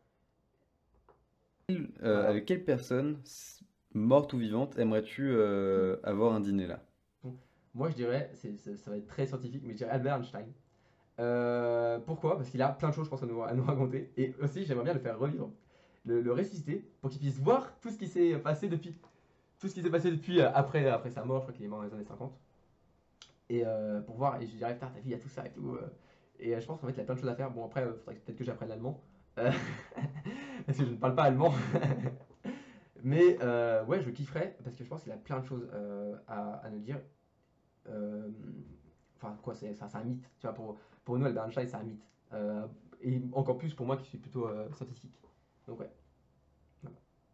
Euh, Voilà. avec quelle personne, s- morte ou vivante, aimerais-tu euh, avoir un dîner là? Bon, moi, je dirais, c'est- c'est- ça va être très scientifique, mais je dirais Albert Einstein. Euh, pourquoi? Parce qu'il a plein de choses, je pense, à nous, à nous raconter. Et aussi, j'aimerais bien le faire revivre, le, le ressusciter, pour qu'il puisse voir tout ce qui s'est passé depuis. Tout ce qui s'est passé depuis euh, après, après sa mort, je crois qu'il est mort dans les années cinquante. Et euh, pour voir, et je dirais, putain, t'as vu, il y a tout ça et tout. euh. Et euh, je pense qu'en fait, il y a plein de choses à faire. Bon, après, il faudrait que- peut-être que j'apprenne l'allemand. euh, parce que je ne parle pas allemand. Mais euh, ouais, je kifferais, parce que je pense qu'il a plein de choses euh, à, à nous dire. Euh, Enfin, quoi, c'est c'est un mythe. Tu vois, pour, pour nous, Albert Einstein, c'est un mythe. Euh, et encore plus pour moi qui suis plutôt euh, scientifique. Donc, ouais. Voilà.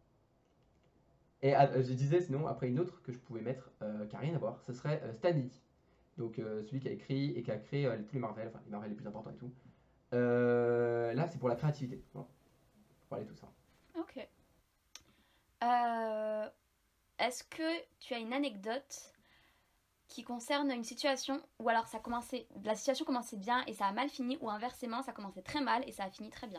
Et ah, euh, je disais, sinon, après une autre que je pouvais mettre, euh, qui n'a rien à voir, ce serait euh, Stan Lee. Donc, euh, celui qui a écrit et qui a créé euh, tous les Marvel, enfin, les Marvel les plus importants et tout. Euh, là, c'est pour la créativité. Voilà. Pour parler de tout ça. Ok. Euh, Est-ce que tu as une anecdote qui concerne une situation où alors ça commençait, la situation commençait bien et ça a mal fini, ou inversement, ça commençait très mal et ça a fini très bien?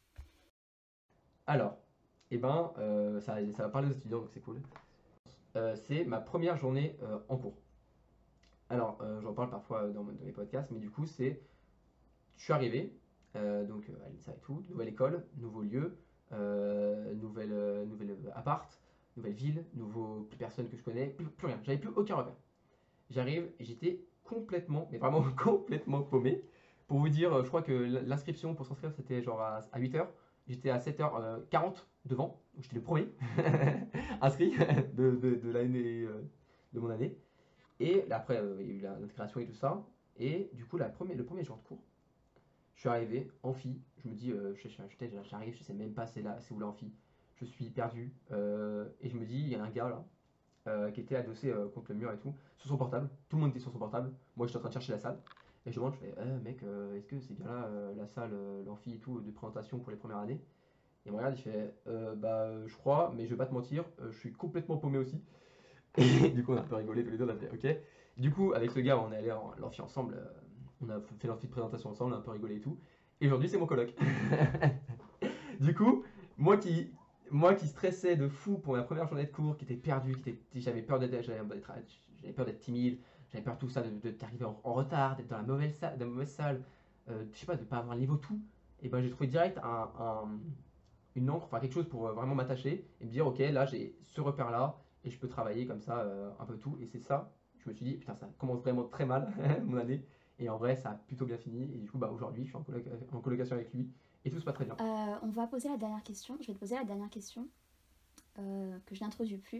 Alors, eh ben, euh, ça, ça va parler aux étudiants, donc c'est cool. Euh, c'est ma première journée euh, en cours. Alors, euh, j'en parle parfois dans, dans mes podcasts, mais du coup, c'est. Je suis arrivé, euh, donc euh, à l'INSA et tout, nouvelle école, nouveau lieu, euh, nouvelle, euh, nouvelle appart, nouvelle ville, nouveau, plus personne que je connais, plus, plus rien. J'avais plus aucun repère. J'arrive et j'étais complètement, mais vraiment complètement paumé. Pour vous dire, je crois que l'inscription pour s'inscrire c'était genre à, à huit heures. J'étais à sept heures quarante devant, donc j'étais le premier inscrit de, de, de l'année euh, de mon année. Et après, euh, il y a eu l'intégration et tout ça. Et du coup, la première, le premier jour de cours, je suis arrivé, amphi. Je me dis, euh, je- je- je- j'arrive, je sais même pas c'est là, c'est où l'amphi. Je suis perdu. euh, et je me dis, il y a un gars là euh, qui était adossé euh, contre le mur et tout, sur son portable. Tout le monde était sur son portable. Moi, j'étais en train de chercher la salle. Et je demande, je fais, Eh, mec, euh, est-ce que c'est bien là euh, la salle, euh, l'amphi et tout, de présentation pour les premières années? Il me regarde, il fait, Euh, bah, euh, je crois, mais je vais pas te mentir, euh, je suis complètement paumé aussi. Et du coup, on a un peu rigolé tous les deux, on a fait, ok. Du coup, avec ce gars, on est allé en l'amphi ensemble. euh, on a fait l'amphi de présentation ensemble, on a un peu rigolé et tout. Et aujourd'hui, c'est mon coloc. Du coup, moi qui, moi qui stressais de fou pour ma première journée de cours, qui était perdu, qui était, j'avais peur d'être, j'avais j'avais peur d'être timide, j'avais peur de tout ça, de, de- d'arriver en, en retard, d'être dans la mauvaise salle, dans la mauvaise salle, euh, je sais pas, de pas avoir le niveau tout. Et ben j'ai trouvé direct un, un- une encre, enfin quelque chose pour euh, vraiment m'attacher et me dire ok là j'ai ce repère là et je peux travailler comme ça euh, un peu tout. Et c'est ça, je me suis dit putain ça commence vraiment très mal mon année. Et en vrai ça a plutôt bien fini. Et du coup bah aujourd'hui je suis en, coloc- en colocation avec lui et tout se passe très bien. Euh, on va poser la dernière question. Je vais te poser la dernière question euh, que je n'introduis plus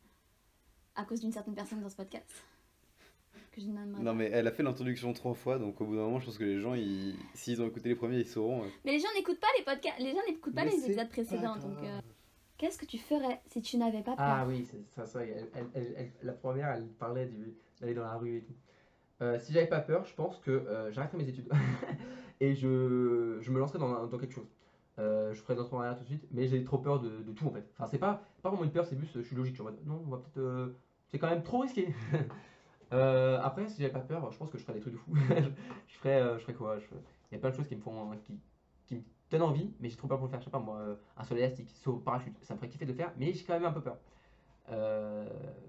à cause d'une certaine personne dans ce podcast. Que je ne nommerai Non pas. mais elle a fait l'introduction trois fois, donc au bout d'un moment, je pense que les gens, ils... s'ils ont écouté les premiers, ils sauront. euh. Mais les gens n'écoutent pas les podcasts, les gens n'écoutent pas Mais les c'est épisodes précédents. pas Donc, grave. euh, qu'est-ce que tu ferais si tu n'avais pas peur? Ah oui, c'est ça, ça, elle- elle- elle- elle- la première, elle parlait du- d'aller dans la rue et tout. Euh, si j'avais pas peur, je pense que euh, j'arrêterais mes études et je, je me lancerais dans, dans quelque chose. Euh, je ferais de l'entrepreneuriat tout de suite, mais j'ai trop peur de, de tout en fait. Enfin, c'est pas, pas vraiment une peur, c'est juste, je suis logique. Je suis en mode, non, on va peut-être. euh, c'est quand même trop risqué. Euh, après, si j'avais pas peur, je pense que je ferais des trucs de fou. je ferais, euh, je ferais quoi? Je ferais- Il y a plein de choses qui me font, qui, qui me donnent envie, mais j'ai trop peur pour le faire. Je sais pas moi, euh, un saut élastique, saut au parachute, ça me ferait kiffer de le faire, mais j'ai quand même un peu peur. Euh,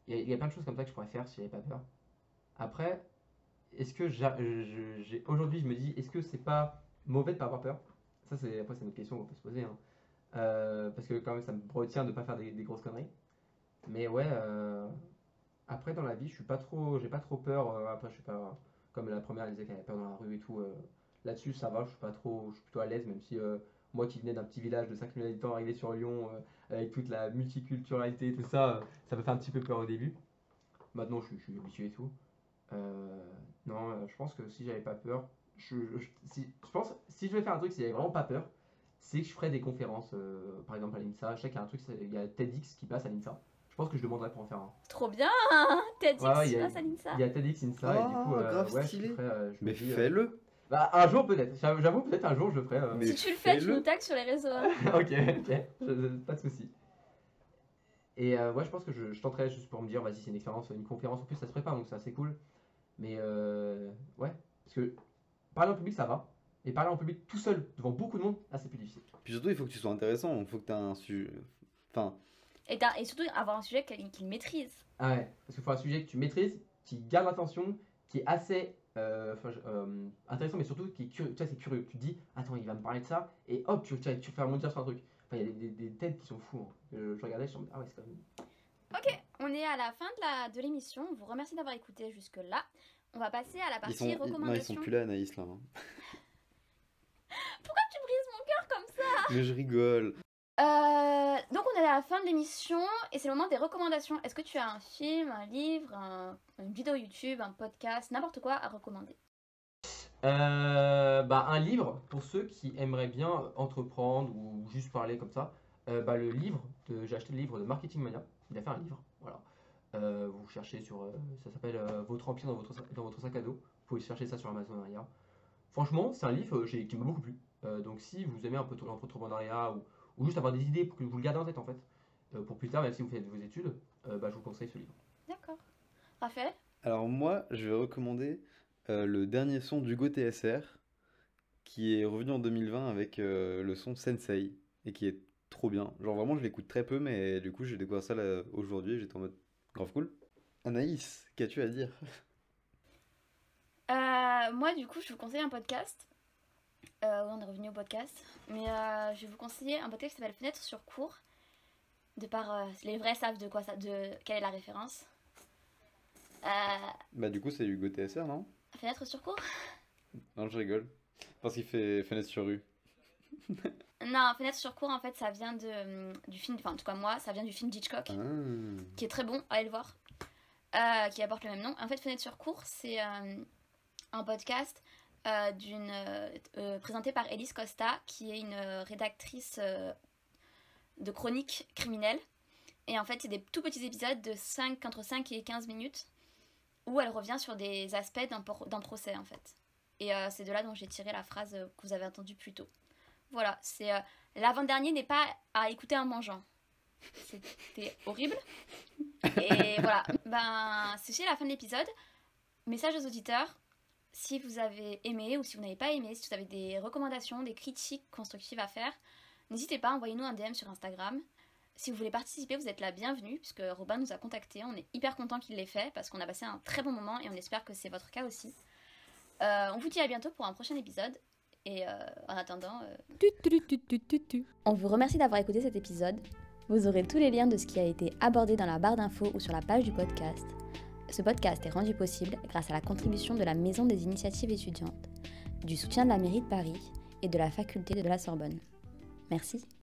Il y, a- il y a plein de choses comme ça que je pourrais faire si j'avais pas peur. Après, est-ce que j'a- je- j'ai- aujourd'hui je me dis, est-ce que c'est pas mauvais de pas avoir peur? Ça, c'est après c'est une autre question qu'on peut se poser, hein. Euh, parce que quand même ça me retient de pas faire des, des grosses conneries. Mais ouais, euh, après dans la vie, je suis pas trop, j'ai pas trop peur. euh, après, je suis pas comme la première, elle disait qu'elle avait peur dans la rue et tout. euh, Là-dessus, ça va, je suis pas trop, je suis plutôt à l'aise, même si euh, moi qui venais d'un petit village de cinq mille habitants arrivé sur Lyon euh, avec toute la multiculturalité, tout ça, euh, ça me fait un petit peu peur au début. Maintenant, je, suis- je suis habitué et tout. Euh, non, euh, je pense que si j'avais pas peur, je, je, si, je pense si je vais faire un truc, si j'avais vraiment pas peur, c'est que je ferais des conférences, euh, par exemple à l'INSA. Je sais qu'il y a un truc, c'est- il y a TEDx qui passe à l'INSA. Je pense que je demanderais pour en faire un. Trop bien. TEDx, Ouais, ouais, il tu y a- passes à l'INSA. Il y a TEDx INSA et du coup, Oh, euh, grave ouais, je stylé. ferais, euh, je me Mais dis, euh, fais-le. bah, un jour peut-être, j'avoue j'avoue, peut-être un jour je le ferai. euh. Mais Si tu le fais, tu fais-le. nous tags sur les réseaux. hein. Ok, ok, je- je- pas de soucis. Et euh, ouais, je pense que je, je tenterais juste pour me dire, vas-y, c'est une expérience, une conférence, en plus ça se prépare donc c'est assez cool. Mais euh, ouais, parce que parler en public ça va, et parler en public tout seul devant beaucoup de monde, là c'est plus difficile. Puis surtout, il faut que tu sois intéressant. Il faut que tu aies un sujet. Enfin, Et, t'as- et surtout avoir un sujet qu'il qu'il maîtrise. Ah ouais, parce qu'il faut un sujet que tu maîtrises, qui garde l'attention, qui est assez euh, enfin, je- euh, intéressant, mais surtout qui est curieux. Tu vois, c'est curieux. Tu te dis, attends, il va me parler de ça, et hop, tu, tu, tu fais rebondir sur un truc. Enfin, il y a des, des, des têtes qui sont fous. Hein. Je, je regardais, je me dis, ah ouais, c'est quand même. Ok, on est à la fin de la de l'émission. On vous remercie d'avoir écouté jusque-là. On va passer à la ils partie sont. ils- Non, ils recommandations. sont plus là, Anaïs, là. hein. Pourquoi tu brises mon cœur comme ça? Mais je rigole. Euh, donc on est à la fin de l'émission et c'est le moment des recommandations. Est-ce que tu as un film, un livre, un- une vidéo YouTube, un podcast, n'importe quoi à recommander? Euh, bah, un livre, pour ceux qui aimeraient bien entreprendre ou juste parler comme ça, euh, bah, le livre, de, j'ai acheté le livre de Marketing Mania, il a fait un livre, voilà. Euh, vous cherchez sur, euh, ça s'appelle euh, Votre empire dans votre, sac- dans votre sac à dos, vous pouvez chercher ça sur Amazon Ria. Franchement, c'est un livre euh, j'ai- qui m'a beaucoup plu, Euh, donc si vous aimez un peu l'entrepreneuriat ou, ou juste avoir des idées pour que vous le gardez en tête en fait, euh, pour plus tard, même si vous faites vos études, euh, bah, je vous conseille ce livre. D'accord. Raphaël? Alors, moi, je vais recommander euh, le dernier son d'Hugo T S R qui est revenu en deux mille vingt avec euh, le son Sensei et qui est trop bien. Genre, vraiment, je l'écoute très peu, mais du coup, j'ai découvert ça là, aujourd'hui. J'étais en mode grave cool. Anaïs, qu'as-tu à dire? Euh, moi, du coup, je vous conseille un podcast. Euh, oui, on est revenu au podcast. Mais euh, je vais vous conseiller un podcast qui s'appelle Fenêtre sur cours. De par. euh, les vrais savent de quoi ça. De quelle est la référence. Euh, Bah, du coup, c'est Hugo T S R, non? Fenêtre sur cours? Non, je rigole. Parce qu'il fait fenêtre sur rue. Non, Fenêtre sur cours, en fait, ça vient de, euh, du film. Enfin, en tout cas, moi, ça vient du film d'Hitchcock. Ah. Qui est très bon, allez le voir. Euh, qui apporte le même nom. En fait, Fenêtre sur cours, c'est euh, un podcast euh, d'une, euh, euh, présenté par Elise Costa, qui est une euh, rédactrice euh, de chroniques criminelles. Et en fait, c'est des tout petits épisodes de cinq, entre cinq et quinze minutes où elle revient sur des aspects d'un, por- d'un procès, en fait. Et euh, c'est de là dont j'ai tiré la phrase euh, que vous avez entendue plus tôt. Voilà, c'est euh, l'avant-dernier n'est pas à écouter en mangeant. C'était horrible. Et voilà, ben c'est chez la fin de l'épisode. Message aux auditeurs. Si vous avez aimé ou si vous n'avez pas aimé, si vous avez des recommandations, des critiques constructives à faire, n'hésitez pas, envoyez-nous un D M sur Instagram. Si vous voulez participer, vous êtes la bienvenue, puisque Robin nous a contactés. On est hyper content qu'il l'ait fait, parce qu'on a passé un très bon moment et on espère que c'est votre cas aussi. Euh, on vous dit à bientôt pour un prochain épisode. Et euh, en attendant... euh... On vous remercie d'avoir écouté cet épisode. Vous aurez tous les liens de ce qui a été abordé dans la barre d'infos ou sur la page du podcast. Ce podcast est rendu possible grâce à la contribution de la Maison des Initiatives Étudiantes, du soutien de la mairie de Paris et de la faculté de la Sorbonne. Merci.